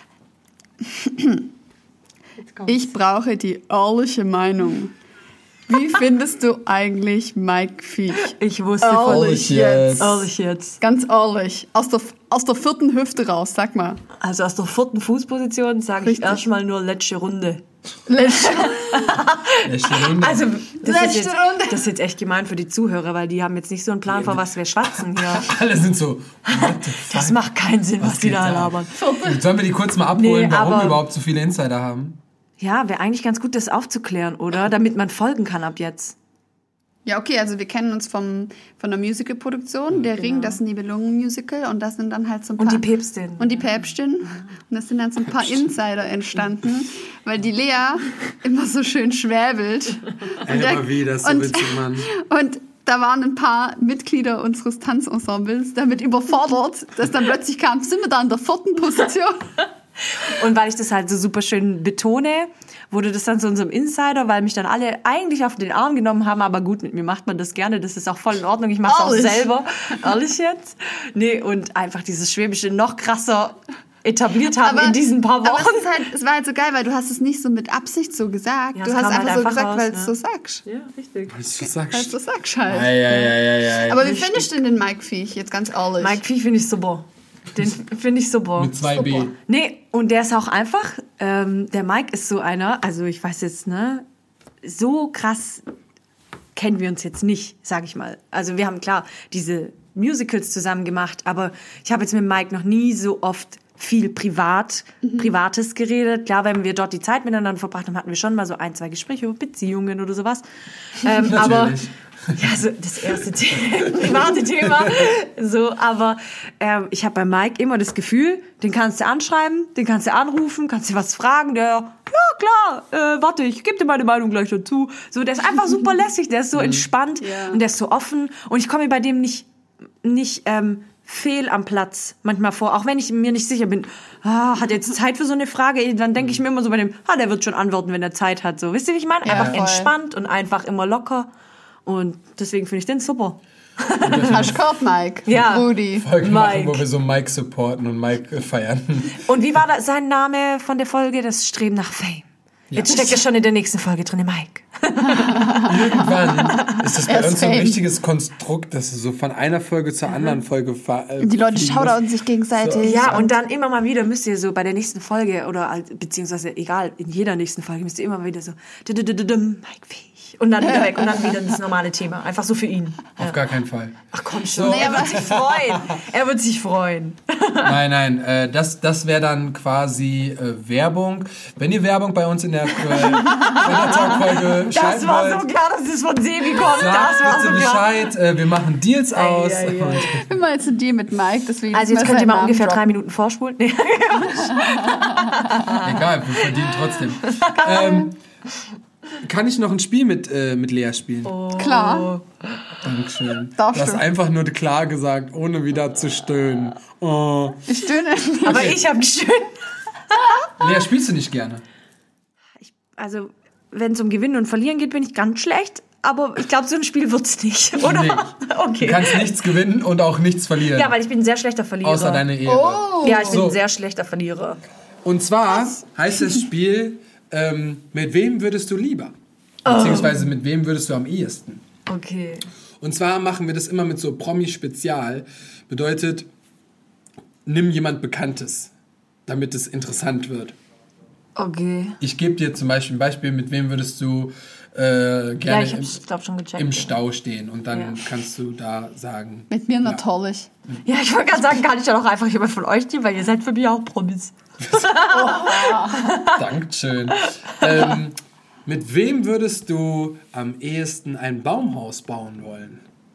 Ich brauche die ehrliche Meinung. Wie findest du eigentlich Mike Viech? Ich wusste Ehrlich von... jetzt. Ehrlich jetzt. Ganz ehrlich, aus der, aus der vierten Hüfte raus, sag mal. Also aus der vierten Fußposition sage ich Richtig. erstmal nur letzte Runde. Letzte Letzte Runde. Also das Letzte ist, jetzt, Runde. das ist jetzt echt gemein für die Zuhörer, weil die haben jetzt nicht so einen Plan, vor was wir schwatzen hier. Alle sind so, what the fuck? Das macht keinen Sinn, was, Was die geht da da? labern. Sollen wir die kurz mal abholen, Nee, warum aber- wir überhaupt so viele Insider haben? Ja, wäre eigentlich ganz gut, das aufzuklären, oder? Damit man folgen kann ab jetzt. Ja, okay, also wir kennen uns vom, von der Musical-Produktion, der Ring, das Nibelungen-Musical, und das sind dann halt so ein paar... Und die Päpstin. Und die Päpstin. Und das sind dann so ein paar Insider entstanden, weil die Lea immer so schön schwäbelt. Ey, der- aber wie, das ist so und- witzig, Mann. Und da waren ein paar Mitglieder unseres Tanzensembles damit überfordert, dass dann plötzlich kam, sind wir da in der vierten Position. Und weil ich das halt so super schön betone, wurde das dann so in so einem Insider, weil mich dann alle eigentlich auf den Arm genommen haben, aber gut, mit mir macht man das gerne, das ist auch voll in Ordnung, ich mache es auch Ehrlich? selber. Ehrlich jetzt? Nee, und einfach dieses Schwäbische noch krasser etabliert haben in diesen paar Aber Wochen. es, ist halt, es war halt so geil, weil du hast es nicht so mit Absicht so gesagt. Ja, du es hast kam einfach halt so einfach gesagt, raus, weil du es ne? so sagst. Ja, richtig. Was du Weil sagst. du es sagst halt. Ei, ei, ei, ei, ei. Aber wie findest du denn den Mike Viech, jetzt ganz ehrlich? Mike Vieh finde ich super. Den finde ich super. Mit zwei B. Nee, und der ist auch einfach, ähm, der Mike ist so einer, also ich weiß jetzt, ne, so krass kennen wir uns jetzt nicht, sag ich mal. Also wir haben klar diese Musicals zusammen gemacht, aber ich habe jetzt mit Mike noch nie so oft viel privat, Mhm. Privates geredet. Klar, wenn wir dort die Zeit miteinander verbracht haben, hatten wir schon mal so ein, zwei Gespräche über Beziehungen oder sowas. Ähm, aber Natürlich. ja, so das erste Thema, private Thema. So, aber ähm, ich habe bei Mike immer das Gefühl, den kannst du anschreiben, den kannst du anrufen, kannst du was fragen, der, ja klar, äh, warte, ich gebe dir meine Meinung gleich dazu. So, der ist einfach super lässig, der ist so entspannt Ja. und der ist so offen und ich komme mir bei dem nicht, nicht ähm, fehl am Platz manchmal vor, auch wenn ich mir nicht sicher bin, ah, hat er jetzt Zeit für so eine Frage, dann denke ich mir immer so bei dem, ah, der wird schon antworten, wenn er Zeit hat. So, wisst ihr, wie ich meine? Ja, Einfach voll. entspannt und einfach immer locker. Und deswegen finde ich den super. Hast du gehört, Mike? Ja. Rudi. Folge machen, Mike. wo wir so Mike supporten und Mike äh, feiern. Und wie war da sein Name von der Folge? Das Streben nach Fame. Jetzt steckt er schon in der nächsten Folge drin, Mike. Irgendwann ist das bei Er ist uns so ein Fame. richtiges Konstrukt, dass es so von einer Folge zur anderen Folge fa- äh, Die Leute fliegen shoutouten muss. sich gegenseitig. Ja, und dann immer mal wieder müsst ihr so bei der nächsten Folge oder halt- beziehungsweise egal, in jeder nächsten Folge müsst ihr immer wieder so dududududum, Mike Viech. Und dann wieder weg und dann wieder das normale Thema. Einfach so für ihn. Auf gar keinen Fall. Ach komm schon, So. er wird sich freuen. Er wird sich freuen. Nein, nein, äh, das, das wäre dann quasi äh, Werbung. Wenn ihr Werbung bei uns in der, äh, in der Talkfolge Das schreiben war wollt, so klar, dass es von Sebi kommt. sagt Das war bitte so klar. Bescheid. Äh, wir machen Deals aus. ei, ei. Ich bin mal jetzt ein Deal mit Mike, deswegen. Also jetzt mal könnt ihr seinen mal Namen ungefähr drei droppen. Minuten vorspulen. Nee. Egal, wir verdienen trotzdem. ähm, kann ich noch ein Spiel mit, äh, mit Lea spielen? Oh. Klar. Dankeschön. Darfst du hast du. einfach nur klar gesagt, ohne wieder zu stöhnen. Oh. Ich stöhne. Aber ich habe gestöhnt. Lea, spielst du nicht gerne? Ich, also, wenn es um Gewinnen und Verlieren geht, bin ich ganz schlecht. Aber ich glaube, so ein Spiel wird's nicht, oder? Nee. Okay. Du kannst nichts gewinnen und auch nichts verlieren. Ja, weil ich bin ein sehr schlechter Verlierer. Außer deine Ehre. Oh. Ja, ich bin So. ein sehr schlechter Verlierer. Und zwar heißt das Spiel, ähm, mit wem würdest du lieber? Beziehungsweise mit wem würdest du am ehesten? Okay. Und zwar machen wir das immer mit so Promi-Spezial. Bedeutet, nimm jemand Bekanntes, damit es interessant wird. Okay. Ich gebe dir zum Beispiel ein Beispiel, mit wem würdest du äh, Ja, gerne ich im, hab's, glaub, schon gecheckt. im Stau stehen. Und dann Ja. kannst du da sagen... Mit mir ja. natürlich. Ja, ich wollte gerade sagen, kann ich ja doch einfach jemand von euch nehmen, weil ihr seid für mich auch Promis. Dankeschön. ähm, mit wem würdest du am ehesten ein Baumhaus bauen wollen?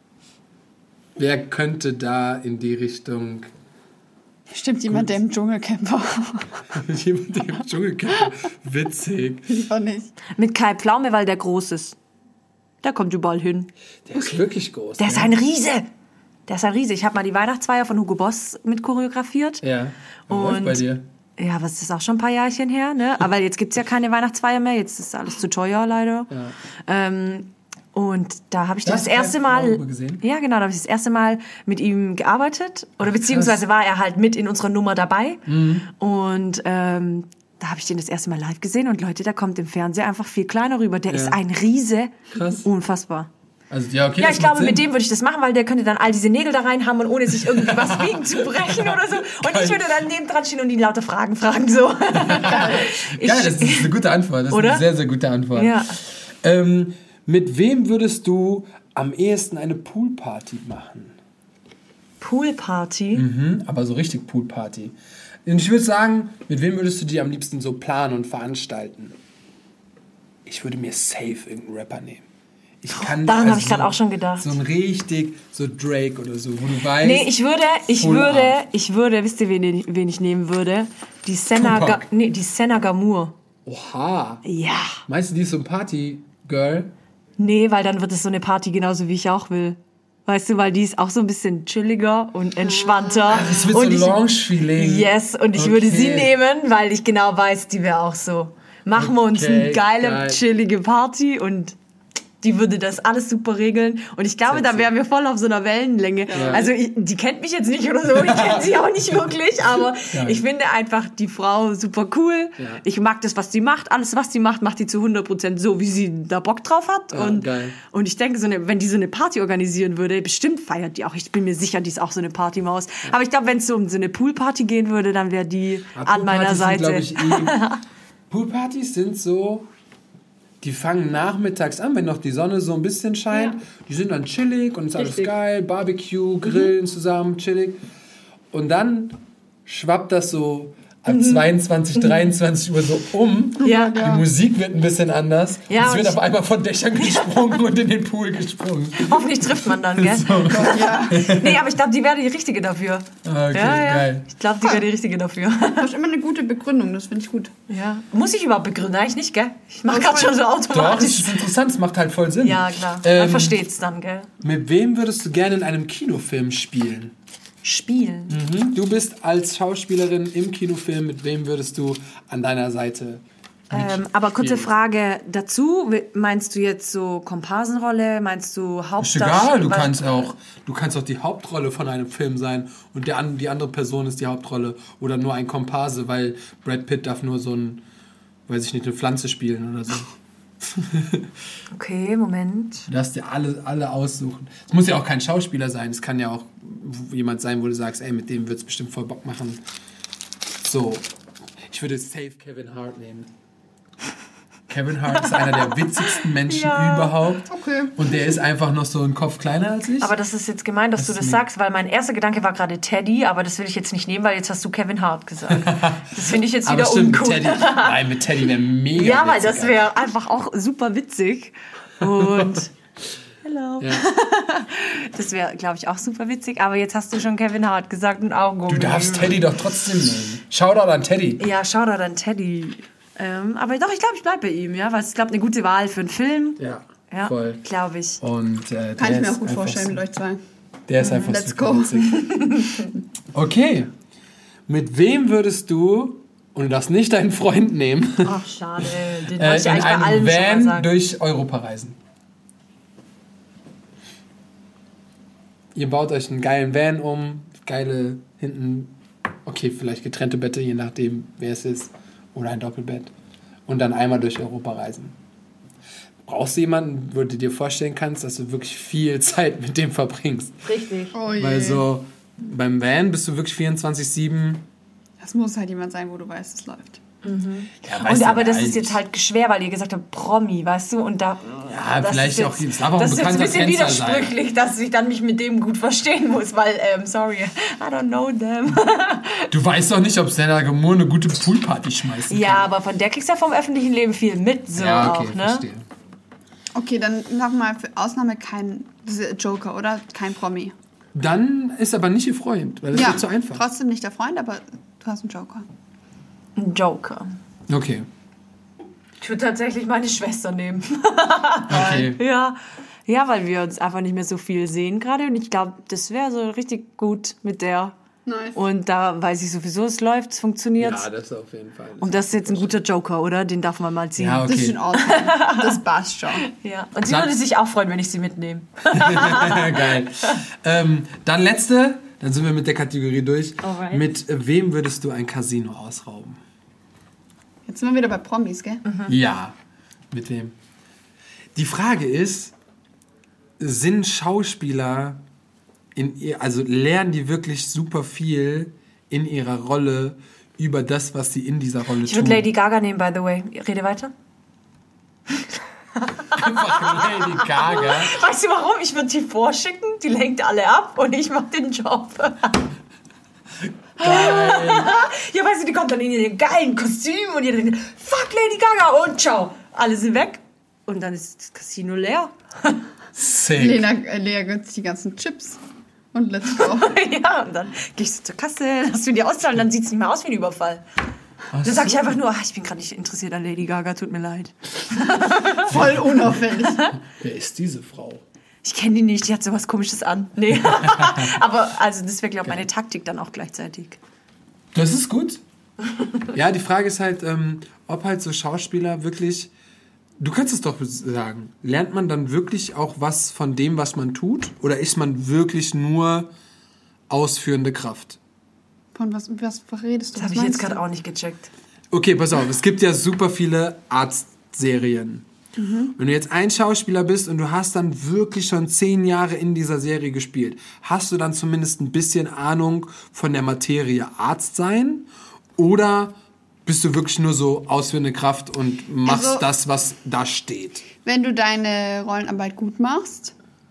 Wer könnte da in die Richtung... Stimmt jemand, der im Dschungelcamp war? Jemand, der im Dschungelcamp... Witzig. Lieber nicht. Mit Kai Pflaume, weil der groß ist. Der kommt überall hin. Der ist wirklich groß. Der ne? ist ein Riese. Der ist ein Riese. Ich habe mal die Weihnachtsfeier von Hugo Boss mit choreografiert. Ja. Was läuft Und bei dir? ja, was ist auch schon ein paar Jahrchen her, ne? Aber jetzt gibt's ja keine Weihnachtsfeier mehr. Jetzt ist alles zu teuer, leider. Ja. Ähm, und da habe ich Da das hast du Kai erste Mal, Pflaume gesehen? ja genau, da habe ich das erste Mal mit ihm gearbeitet oder beziehungsweise war er halt mit in unserer Nummer dabei Mhm. und ähm, da habe ich den das erste Mal live gesehen und Leute, der kommt im Fernsehen einfach viel kleiner rüber. Der Ja. ist ein Riese, Krass. unfassbar. Also, ja, okay, Ja, das ich macht glaube, mit Sinn. dem würde ich das machen, weil der könnte dann all diese Nägel da reinhammern, ohne sich irgendwie was biegen zu brechen oder so. Und Geil. ich würde dann neben dran stehen und ihn lauter Fragen fragen, so. Ich, Geil, das ist eine gute Antwort. Das ist Oder? eine sehr, sehr gute Antwort. Ja. Ähm, mit wem würdest du am ehesten eine Poolparty machen? Poolparty. Mhm, aber so richtig Poolparty. Und ich würde sagen, mit wem würdest du die am liebsten so planen und veranstalten? Ich würde mir safe irgendeinen Rapper nehmen. Ich kann Daran also habe ich gerade auch schon gedacht. So ein richtig, so Drake oder so, wo du weißt... Nee, ich würde, ich Full würde, Arm. ich würde, wisst ihr, wen, ich- wen ich nehmen würde? Die Senna, Ga, Tupac. nee, die Senna Gamur. Oha. Ja. Meinst du, die ist so ein Party-Girl? Nee, weil dann wird es so eine Party genauso, wie ich auch will. Weißt du, weil die ist auch so ein bisschen chilliger und entspannter. Das wird und so ich, Lounge-Feeling. Yes, und ich Okay. würde sie nehmen, weil ich genau weiß, die wäre auch so. Machen wir uns Okay, eine geile, geil. chillige Party und die würde das alles super regeln. Und ich glaube, da Sexy. wären wir voll auf so einer Wellenlänge. Ja. Also ich, die kennt mich jetzt nicht oder so, ich kenne sie auch nicht wirklich, aber Geil. ich finde einfach die Frau super cool. Ja. Ich mag das, was sie macht. Alles, was sie macht, macht die zu hundert Prozent so, wie sie da Bock drauf hat. Ja, und, geil. und ich denke, so eine, wenn die so eine Party organisieren würde, bestimmt feiert die auch. Ich bin mir sicher, die ist auch so eine Partymaus. Aber ich glaube, wenn es so um so eine Poolparty gehen würde, dann wäre die Aber an meiner Poolpartys Seite. Sind, glaub ich, eh, Poolpartys sind so, die fangen nachmittags an, wenn noch die Sonne so ein bisschen scheint. Ja. Die sind dann chillig und ist alles Richtig. geil, Barbecue, Grillen zusammen, chillig. Und dann schwappt das so ab zweiundzwanzig, dreiundzwanzig Uhr so um. Ja. Die Musik wird ein bisschen anders. Ja, es und wird ich- auf einmal von Dächern gesprungen und in den Pool gesprungen. Hoffentlich trifft man dann, gell? Ja. Nee, aber ich glaube, die wäre die Richtige dafür. Okay, ja, ja. geil. Ich glaube, die wäre die Richtige dafür. Du hast immer eine gute Begründung, das finde ich gut. Ja. Muss ich überhaupt begründen? Eigentlich nicht, gell? Ich mache Aber gerade schon so Doch, das automatisch. ist interessant, es macht halt voll Sinn. Ja, klar. Ähm, Man versteht's dann, gell? Mit wem würdest du gerne in einem Kinofilm spielen? Spielen. Mhm. Du bist als Schauspielerin im Kinofilm, mit wem würdest du an deiner Seite? Ähm, aber kurze mitspielen? Frage dazu. Meinst du jetzt so Komparsenrolle? Meinst du Ist Hauptdarsteller? egal, du kannst auch, du kannst auch die Hauptrolle von einem Film sein und der, an- die andere Person ist die Hauptrolle oder nur ein Komparse, weil Brad Pitt darf nur so ein, weiß ich nicht, eine Pflanze spielen oder so. Okay, Moment. Du darfst dir alle, alle aussuchen. Es muss ja auch kein Schauspieler sein, es kann ja auch jemand sein, wo du sagst, ey, mit dem wird es bestimmt voll Bock machen. So, ich würde safe Kevin Hart nehmen. Kevin Hart ist einer der witzigsten Menschen Ja. überhaupt. Okay. Und der ist einfach noch so einen Kopf kleiner als ich. Aber das ist jetzt gemein, dass Das du ist das mir- sagst, weil mein erster Gedanke war gerade Teddy, aber das will ich jetzt nicht nehmen, weil jetzt hast du Kevin Hart gesagt. Das finde ich jetzt Aber wieder stimmt, mit uncool. Teddy, nein, mit Teddy wäre mega Ja, weil witzig, das wäre einfach auch super witzig. Und hello. Ja. Das wäre, glaube ich, auch super witzig. Aber jetzt hast du schon Kevin Hart gesagt und Augen. Du darfst Teddy doch trotzdem nehmen. Shoutout an Teddy. Ja, schau da dann Teddy. Ähm, aber doch, ich glaube, ich bleibe bei ihm, ja, weil es, glaube eine gute Wahl für einen Film. Ja, Ja, voll. glaube ich. Und, äh, Kann der ich mir ist auch gut einfach vorstellen so- mit euch zwei. Der ist einfach Let's super go. witzig. Okay. Mit wem würdest du, und du darfst nicht deinen Freund nehmen, Ach, schade. Den äh, wollte ich in eigentlich bei einem allem schon mal Van sagen. durch Europa reisen? Ihr baut euch einen geilen Van um, geile hinten, okay, vielleicht getrennte Bette, je nachdem, wer es ist, oder ein Doppelbett. Und dann einmal durch Europa reisen. Brauchst du jemanden, wo du dir vorstellen kannst, dass du wirklich viel Zeit mit dem verbringst? Richtig. Oh je. Weil so beim Van bist du wirklich vierundzwanzig sieben. Das muss halt jemand sein, wo du weißt, es läuft. Ja, Und, aber das ist jetzt halt schwer, weil ihr gesagt habt, Promi, weißt du? Und da, Ja, das vielleicht ist auch- jetzt, es darf auch ein das ist jetzt ein bekannter bisschen Tänzer sein. widersprüchlich, dass ich dann mich mit dem gut verstehen muss, weil, ähm, sorry, I don't know them. Du weißt doch nicht, ob Stella Gamur eine gute Poolparty schmeißen Ja, kann. aber von der kriegst du ja vom öffentlichen Leben viel mit, so Ja, okay, auch, ne? verstehe. Okay, dann nochmal für Ausnahme kein diese Joker, oder? Kein Promi. Dann ist aber nicht ihr Freund, weil das ja, wird zu einfach. trotzdem nicht der Freund, aber du hast einen Joker. Ein Joker. Okay. Ich würde tatsächlich meine Schwester nehmen. Okay. ja. Ja, weil wir uns einfach nicht mehr so viel sehen gerade und ich glaube, das wäre so richtig gut mit der. Nice. Und da weiß ich sowieso, es läuft, es funktioniert. Ja, das auf jeden Fall. Und das ist jetzt ein guter Joker, oder? Den darf man mal ziehen. Ja, Das ist okay. in Ordnung. Das passt schon. Ja. Und sie Dann- würde sich auch freuen, wenn ich sie mitnehme. Geil. Ähm, dann letzte, dann sind wir mit der Kategorie durch. Alright. Mit äh, wem würdest du ein Casino ausrauben? Jetzt sind wir wieder bei Promis, gell? Ja. Mit wem? Die Frage ist, sind Schauspieler, in ihr, also lernen die wirklich super viel in ihrer Rolle über das, was sie in dieser Rolle Ich tun? würde Lady Gaga nehmen, by the way. Rede weiter. Einfach Lady Gaga. Weißt du warum? Ich würde sie vorschicken, die lenkt alle ab und ich mache den Job. Ja, weißt du, die kommt dann in ihren geilen Kostüm und ihr denkt, fuck Lady Gaga und ciao. Alle sind weg und dann ist das Casino leer. Sick. Lena, äh, Lea gönnt sich die ganzen Chips. Und let's go. Ja, und dann gehst du zur Kasse, hast du die auszahlen, dann sieht es nicht mehr aus wie ein Überfall. Dann sag ich einfach nur, ach, ich bin gerade nicht interessiert an Lady Gaga, tut mir leid. Voll unauffällig. Wer ist diese Frau? Ich kenne die nicht, die hat sowas Komisches an. Nee. Aber also das wäre, glaube ich, meine Taktik dann auch gleichzeitig. Das ist gut. Ja, die Frage ist halt, ähm, ob halt so Schauspieler wirklich, du kannst es doch sagen, lernt man dann wirklich auch was von dem, was man tut? Oder ist man wirklich nur ausführende Kraft? Von was, was redest du? Das habe ich jetzt gerade auch nicht gecheckt. Okay, pass auf, es gibt ja super viele Arztserien. Wenn du jetzt ein Schauspieler bist und du hast dann wirklich schon zehn Jahre in dieser Serie gespielt, hast du dann zumindest ein bisschen Ahnung von der Materie Arzt sein? Oder bist du wirklich nur so ausführende Kraft und machst Also- das, was da steht? Wenn du deine Rollenarbeit gut machst,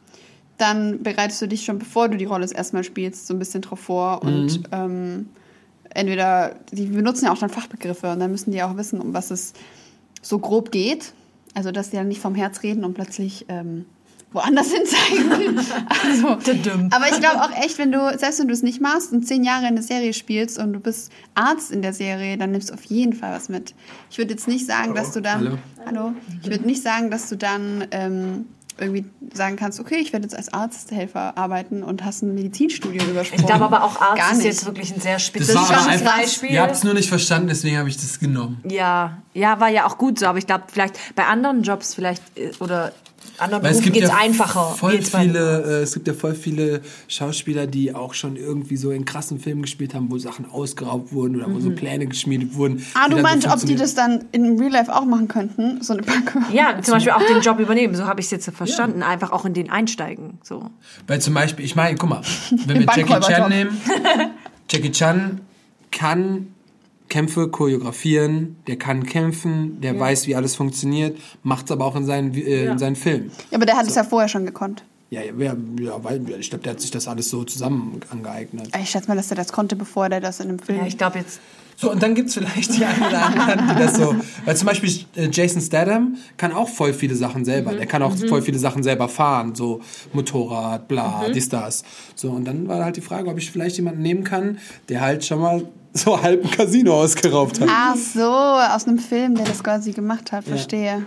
dann bereitest du dich schon, bevor du die Rolle das erste Mal spielst, so ein bisschen drauf vor. Und ähm, entweder, die benutzen ja auch dann Fachbegriffe und dann müssen die auch wissen, um was es so grob geht. Also, dass die dann nicht vom Herz reden und plötzlich ähm, woanders hin zeigen. Also, Tadum. aber ich glaube auch echt, wenn du, selbst wenn du es nicht machst und zehn Jahre in der Serie spielst und du bist Arzt in der Serie, dann nimmst du auf jeden Fall was mit. Ich würde jetzt nicht sagen, dass du dann... Hallo. Hallo. Ich würde nicht sagen, dass du dann ähm, irgendwie sagen kannst, okay, ich werde jetzt als Arzthelfer arbeiten und hast ein Medizinstudium übersprungen. Ich glaube aber auch Arzt Gar ist nicht. jetzt wirklich ein sehr Das spezielles war aber schon einfach, Beispiel. ihr habt es nur nicht verstanden, deswegen habe ich das genommen. Ja, ja, war ja auch gut so, aber ich glaube, vielleicht bei anderen Jobs vielleicht äh, oder anderen Weil es Berufen gibt geht es ja einfacher. voll Wie jetzt bei- viele, äh, es gibt ja voll viele Schauspieler, die auch schon irgendwie so in krassen Filmen gespielt haben, wo Sachen ausgeraubt wurden oder wo so Pläne geschmiedet wurden. Ah, die du dann so meinst, ob die funktionieren. das dann in Real Life auch machen könnten? So eine Packung. Ja, zum Beispiel auch den Job übernehmen, so habe ich es jetzt verstanden. Einfach auch in den einsteigen. So. Weil zum Beispiel, ich meine, guck mal, wenn wir Im Jackie Bankräuberjob. Chan nehmen, Jackie Chan kann Kämpfe choreografieren, der kann kämpfen, der weiß, wie alles funktioniert, macht es aber auch in seinen, äh, in seinen Filmen. Ja, aber der hat es ja vorher schon gekonnt. Ja, ja, ja, ja, weil ich glaube, der hat sich das alles so zusammen angeeignet. Ich schätze mal, dass der das konnte, bevor der das in einem Film... Ja, ich glaube jetzt. So, und dann gibt es vielleicht die einen oder anderen, die das so... Weil zum Beispiel äh, Jason Statham kann auch voll viele Sachen selber. Der kann auch voll viele Sachen selber fahren. So Motorrad, bla, dies, das. So, und dann war halt die Frage, ob ich vielleicht jemanden nehmen kann, der halt schon mal so halb ein Casino ausgeraubt hat. Ach so, aus einem Film, der das quasi gemacht hat, verstehe.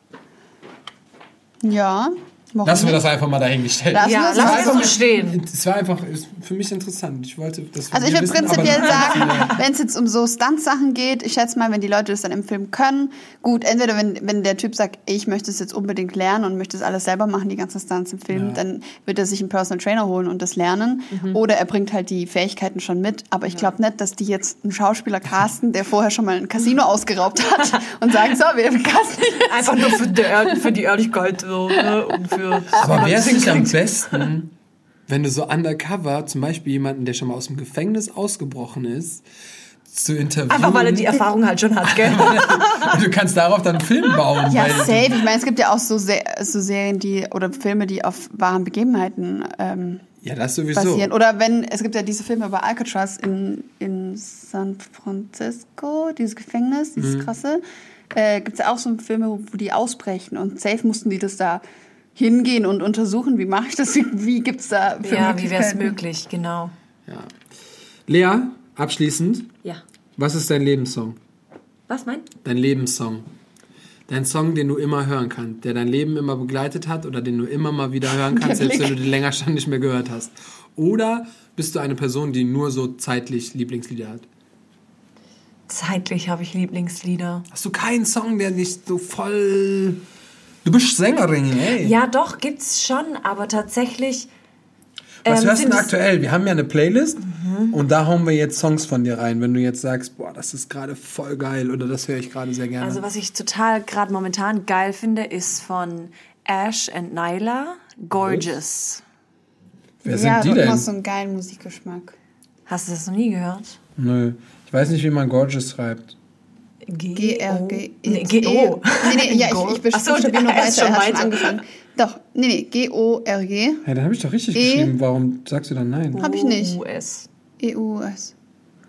Ja. Warum Lassen wir nicht? das einfach mal dahingestellt. Lassen Ja, wir es lass einfach- es so stehen. Es war einfach ist für mich interessant. Ich wollte das Also ich wir würde wissen, prinzipiell aber- sagen, wenn es jetzt um so Stunt-Sachen geht, ich schätze mal, wenn die Leute das dann im Film können, gut, entweder wenn, wenn der Typ sagt, ich möchte es jetzt unbedingt lernen und möchte es alles selber machen, die ganzen Stunts im Film, Ja. dann wird er sich einen Personal Trainer holen und das lernen. Oder er bringt halt die Fähigkeiten schon mit. Aber ich glaube nicht, dass die jetzt einen Schauspieler casten, der vorher schon mal ein Casino ausgeraubt hat und sagen, so, wir casten jetzt. Einfach nur für die, Ehr- für die Ehrlichkeit so, ne? Und für Aber wäre es nicht am besten, wenn du so undercover, zum Beispiel jemanden, der schon mal aus dem Gefängnis ausgebrochen ist, zu interviewen? einfach weil er die Erfahrung halt schon hat, gell? Und du kannst darauf dann einen Film bauen. Ja, weil safe. Ich meine, es gibt ja auch so, Se so Serien, die oder Filme, die auf wahren Begebenheiten ähm, Ja, das sowieso. basieren. Oder wenn, es gibt ja diese Filme über Alcatraz in, in San Francisco, dieses Gefängnis, dieses krasse. Äh, gibt es ja auch so Filme, wo, wo die ausbrechen und safe mussten die das da hingehen und untersuchen, wie mache ich das, wie, wie gibt es da für Ja, wie wäre es Möglichkeiten? möglich, genau. Ja. Lea, abschließend, Ja. was ist dein Lebenssong? Was mein? Dein Lebenssong. Dein Song, den du immer hören kannst, der dein Leben immer begleitet hat oder den du immer mal wieder hören kannst, selbst wenn du den länger schon nicht mehr gehört hast. Oder bist du eine Person, die nur so zeitlich Lieblingslieder hat? Zeitlich habe ich Lieblingslieder. Hast du keinen Song, der dich so voll... Du bist Sängerin, ey. Ja, doch, gibt's schon, aber tatsächlich. Was ähm, hörst du sind denn es- aktuell? Wir haben ja eine Playlist und da hauen wir jetzt Songs von dir rein. Wenn du jetzt sagst, boah, das ist gerade voll geil oder das höre ich gerade sehr gerne. Also was ich total gerade momentan geil finde, ist von Ash and Nyla, Gorgeous. Wer sind Ja, die du denn? hast so einen geilen Musikgeschmack. Hast du das noch nie gehört? Nö. Ich weiß nicht, wie man Gorgeous schreibt. G R G Nee, G O. Nee, nee, ja, ich, ich Ach so, buchstabiere nur er ist weiter, schon er hat schon weiter. angefangen. Doch, nee, nee, G O R G Hey, dann habe ich doch richtig E- geschrieben. Warum sagst du dann nein? Hab ich nicht. U S. E U S.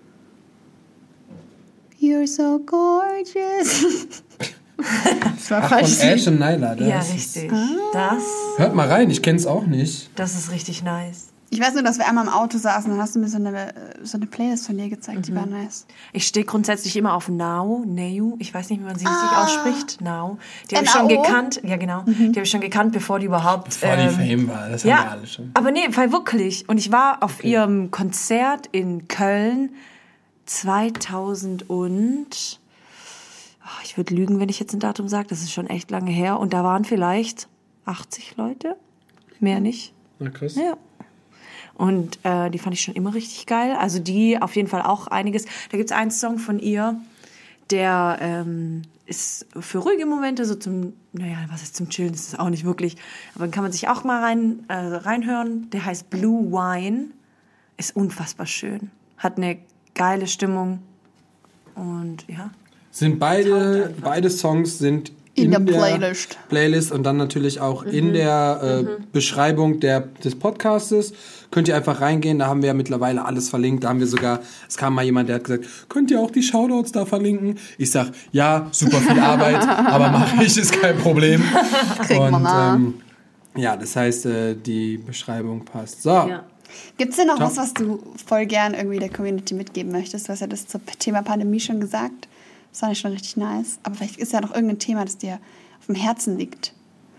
You're so gorgeous. Das war Ach, falsch. von Ash und Nyla. Das Ja, ist- richtig. Das, Hört mal rein, ich kenn's auch nicht. das ist richtig nice. Ich weiß nur, dass wir einmal im Auto saßen, dann hast du mir so eine, so eine Playlist von dir gezeigt, die war nice. Ich stehe grundsätzlich immer auf Now, Neu. Ich weiß nicht, wie man sie richtig Ah. ausspricht. Now. Die habe ich N A O? schon gekannt. Ja, genau. Die habe ich schon gekannt, bevor die überhaupt. Bevor die ähm, Fame war, das haben wir Ja, alle schon. aber nee, weil wirklich. Und ich war auf ihrem Konzert in Köln zweitausend und oh, ich würde lügen, wenn ich jetzt ein Datum sage. Das ist schon echt lange her. Und da waren vielleicht achtzig Leute, mehr nicht. Na krass. Ja. Und äh, die fand ich schon immer richtig geil. Also die auf jeden Fall auch einiges. Da gibt's einen Song von ihr, der ähm, ist für ruhige Momente, so zum, naja, was ist zum Chillen, ist es auch nicht wirklich. Aber dann kann man sich auch mal rein, äh, reinhören. Der heißt Blue Wine. Ist unfassbar schön. Hat eine geile Stimmung. Und ja. Sind beide, beide Songs sind In der Playlist. Playlist und dann natürlich auch in der äh, Beschreibung der, des Podcastes. Könnt ihr einfach reingehen, da haben wir ja mittlerweile alles verlinkt. Da haben wir sogar, es kam mal jemand, der hat gesagt, könnt ihr auch die Shoutouts da verlinken? Ich sag, ja, super viel Arbeit, aber mache ich, ist kein Problem. Kriegen wir mal. ähm, ja, das heißt, äh, die Beschreibung passt. So. Ja. Gibt es denn noch Top. was, was du voll gern irgendwie der Community mitgeben möchtest? Du hast ja das zum Thema Pandemie schon gesagt. Das fand ich schon richtig nice. Aber vielleicht ist ja noch irgendein Thema, das dir auf dem Herzen liegt.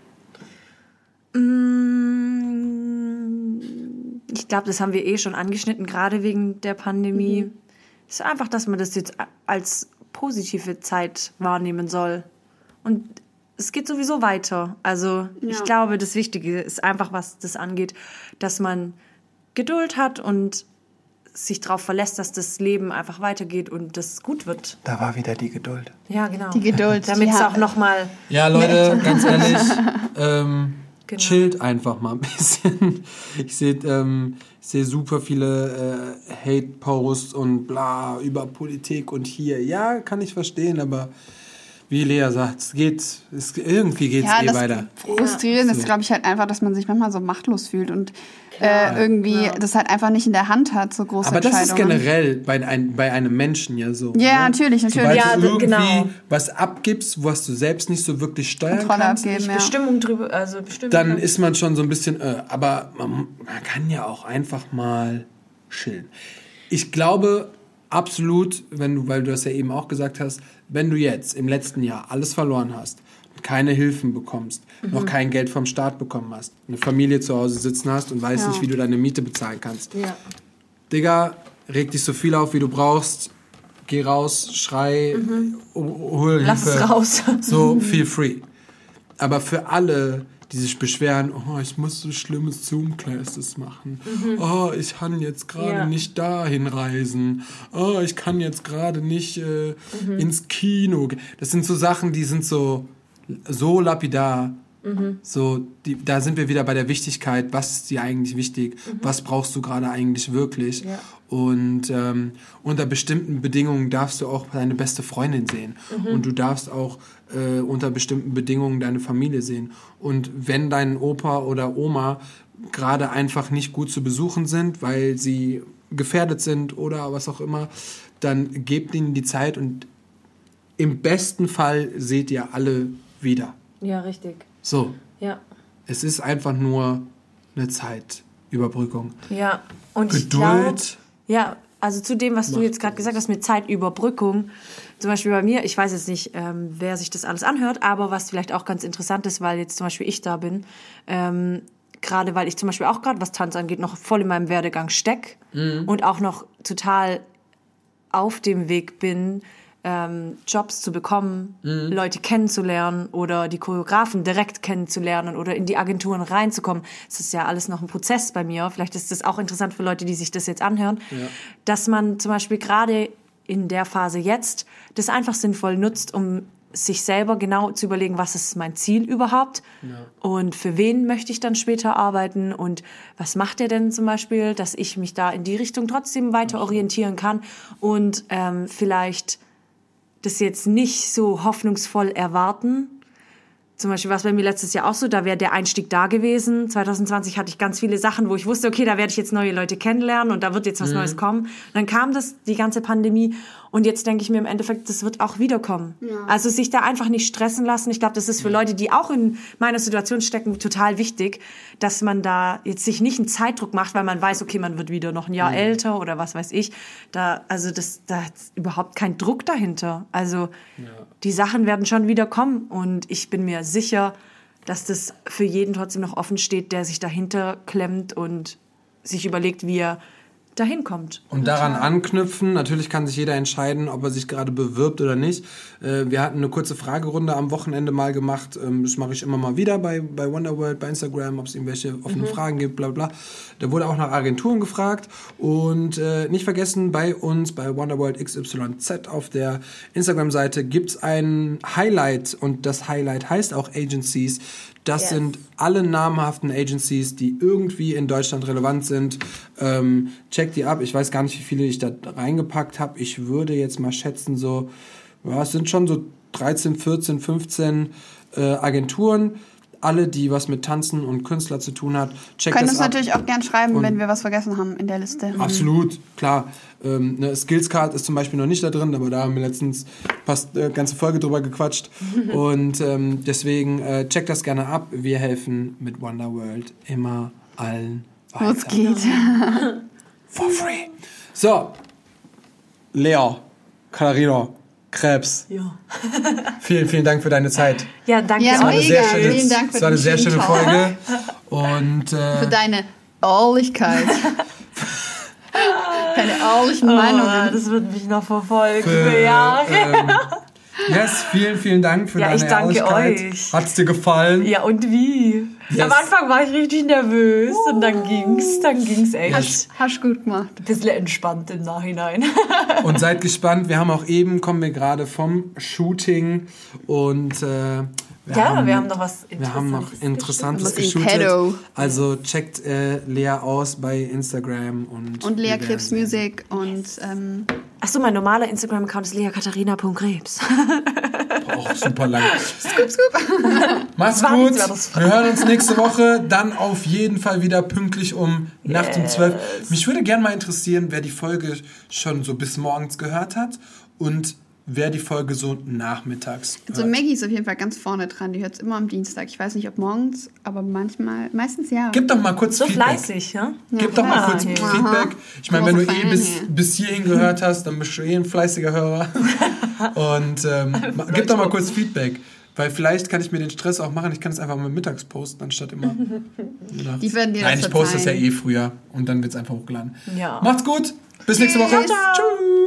Ich glaube, das haben wir eh schon angeschnitten, gerade wegen der Pandemie. Es ist einfach, dass man das jetzt als positive Zeit wahrnehmen soll. Und es geht sowieso weiter. Also ich glaube, das Wichtige ist einfach, was das angeht, dass man Geduld hat und sich darauf verlässt, dass das Leben einfach weitergeht und das gut wird. Da war wieder die Geduld. Ja, genau. Die Geduld. Damit es die auch nochmal... Ja, Leute, ganz ehrlich, ähm, Genau. chillt einfach mal ein bisschen. Ich sehe ähm, ich seh super viele äh, Hate-Posts und bla über Politik und hier. Ja, kann ich verstehen, aber wie Lea sagt, es geht, es, irgendwie geht es Ja, eh das weiter. Frustrierende ist, glaube ich, halt einfach, dass man sich manchmal so machtlos fühlt und äh, irgendwie das halt einfach nicht in der Hand hat, so große Aber das ist Entscheidungen. generell bei, ein, bei einem Menschen ja so. Ja, ne? natürlich, natürlich. Sobald Ja, du d- irgendwie genau. was abgibst, was du selbst nicht so wirklich steuern Kontrolle kannst, abgeben, ja. Bestimmung drüber, also Bestimmung. dann ist man schon so ein bisschen, äh, aber man, man kann ja auch einfach mal chillen. Ich glaube, absolut, wenn du, weil du das ja eben auch gesagt hast, wenn du jetzt im letzten Jahr alles verloren hast, keine Hilfen bekommst, mhm. noch kein Geld vom Staat bekommen hast, eine Familie zu Hause sitzen hast und weißt ja. nicht, wie du deine Miete bezahlen kannst. Ja. Digga, reg dich so viel auf, wie du brauchst, geh raus, schrei, mhm. hol Lass Hilfe. es raus. So, feel free. Aber für alle, die sich beschweren, oh, ich muss so schlimme Zoom-Classes machen. Mhm. Oh, ich kann jetzt gerade ja. nicht dahin reisen. Oh, ich kann jetzt gerade nicht äh, mhm. ins Kino. Das sind so Sachen, die sind so, so lapidar. Mhm. So, die, da sind wir wieder bei der Wichtigkeit. Was ist dir eigentlich wichtig? Mhm. Was brauchst du gerade eigentlich wirklich? Ja. Und ähm, unter bestimmten Bedingungen darfst du auch deine beste Freundin sehen. Mhm. Und du darfst auch äh, unter bestimmten Bedingungen deine Familie sehen. Und wenn dein Opa oder Oma gerade einfach nicht gut zu besuchen sind, weil sie gefährdet sind oder was auch immer, dann gebt ihnen die Zeit und im besten Fall seht ihr alle wieder. Ja, richtig. So. Ja. Es ist einfach nur eine Zeitüberbrückung. Ja. Und Geduld. Ich glaub, ja, also zu dem, was du jetzt gerade gesagt hast mit Zeitüberbrückung. Zum Beispiel bei mir, ich weiß jetzt nicht, ähm, wer sich das alles anhört, aber was vielleicht auch ganz interessant ist, weil jetzt zum Beispiel ich da bin, ähm, gerade weil ich zum Beispiel auch gerade, was Tanz angeht, noch voll in meinem Werdegang steck mhm. und auch noch total auf dem Weg bin, ähm, Jobs zu bekommen, mhm. Leute kennenzulernen oder die Choreografen direkt kennenzulernen oder in die Agenturen reinzukommen. Das ist ja alles noch ein Prozess bei mir. Vielleicht ist das auch interessant für Leute, die sich das jetzt anhören, ja. dass man zum Beispiel gerade in der Phase jetzt das einfach sinnvoll nutzt, um sich selber genau zu überlegen, was ist mein Ziel überhaupt ja. und für wen möchte ich dann später arbeiten und was macht der denn zum Beispiel, dass ich mich da in die Richtung trotzdem weiter orientieren kann und ähm, vielleicht das jetzt nicht so hoffnungsvoll erwarten. Zum Beispiel war es bei mir letztes Jahr auch so, da wäre der Einstieg da gewesen. zwanzig zwanzig hatte ich ganz viele Sachen, wo ich wusste, okay, da werde ich jetzt neue Leute kennenlernen und da wird jetzt was mhm. Neues kommen. Und dann kam das, die ganze Pandemie und jetzt denke ich mir im Endeffekt, das wird auch wiederkommen. Ja. Also sich da einfach nicht stressen lassen. Ich glaube, das ist für Leute, die auch in meiner Situation stecken, total wichtig, dass man da jetzt sich nicht einen Zeitdruck macht, weil man weiß, okay, man wird wieder noch ein Jahr mhm. älter oder was weiß ich. Da, also das, da ist überhaupt kein Druck dahinter. Also ja. die Sachen werden schon wieder kommen und ich bin mir sicher, dass das für jeden trotzdem noch offen steht, der sich dahinter klemmt und sich überlegt, wie er dahin kommt. Und daran anknüpfen, natürlich kann sich jeder entscheiden, ob er sich gerade bewirbt oder nicht. Wir hatten eine kurze Fragerunde am Wochenende mal gemacht. Das mache ich immer mal wieder bei, bei Wonderworld, bei Instagram, ob es irgendwelche offenen mhm. Fragen gibt, bla bla. Da wurde auch nach Agenturen gefragt. Und äh, nicht vergessen, bei uns, bei Wonderworld X Y Z auf der Instagram-Seite gibt es ein Highlight. Und das Highlight heißt auch Agencies. Das yes. sind alle namhaften Agencies, die irgendwie in Deutschland relevant sind. Ähm, check die ab. Ich weiß gar nicht, wie viele ich da reingepackt habe. Ich würde jetzt mal schätzen, so, ja, es sind schon so dreizehn, vierzehn, fünfzehn äh, Agenturen. Alle, die was mit Tanzen und Künstler zu tun hat. Check können das uns ab. natürlich auch gern schreiben, und wenn wir was vergessen haben in der Liste. Absolut, klar. Ähm, eine Skillscard ist zum Beispiel noch nicht da drin, aber da haben wir letztens fast eine äh, ganze Folge drüber gequatscht. Und ähm, deswegen äh, check das gerne ab. Wir helfen mit Wonderworld immer allen weiter. Wo es geht. For free. So, Lea, Katharina, Krebs. Ja. vielen, vielen Dank für deine Zeit. Ja, danke ja, es war eine mega. sehr schöne, Vielen Dank für es war eine sehr schöne Talk. Folge. Und, äh, für deine Ehrlichkeit. Deine ehrlichen oh, Meinungen. Das wird mich noch verfolgen für, für Jahre. Ähm, yes, vielen, vielen Dank für ja, deine ich danke Ehrlichkeit. euch. Hat's dir gefallen? Ja, und wie? Yes. Am Anfang war ich richtig nervös uh. und dann ging's, dann ging's echt. Hast, hast gut gemacht. Ein bisschen entspannt im Nachhinein. Und seid gespannt, wir haben auch eben, kommen wir gerade vom Shooting und äh, wir ja, haben, wir haben noch was Interessantes, wir haben noch Interessantes geshootet. geshootet. Also checkt äh, Lea aus bei Instagram und und Lea Krebs Music und ähm achso, mein normaler Instagram-Account ist lea katharina punkt krebs. Auch super lang. Scoop, scoop. Macht's gut. Wir hören uns nächste Woche. Dann auf jeden Fall wieder pünktlich um yes. Nacht um zwölf. Mich würde gerne mal interessieren, wer die Folge schon so bis morgens gehört hat und wäre die Folge so nachmittags. Also Maggie ist auf jeden Fall ganz vorne dran. Die hört es immer am Dienstag. Ich weiß nicht, ob morgens, aber manchmal, meistens ja. Gib doch mal kurz So Feedback. fleißig, ja? Gib Ja, doch mal klar. kurz Aha. Feedback. Ich meine, wenn du Große eh bis, Fan hier. bis hierhin gehört hast, dann bist du eh ein fleißiger Hörer. Und ähm, ma- gib doch mal kurz Feedback. Weil vielleicht kann ich mir den Stress auch machen. Ich kann es einfach mal mittags posten, anstatt immer. Die werden dir Nein, das ich poste es ja verzeihen. eh früher. Und dann wird es einfach hochgeladen. Ja. Macht's gut. Bis nächste Woche. Tschüss. Tschüss.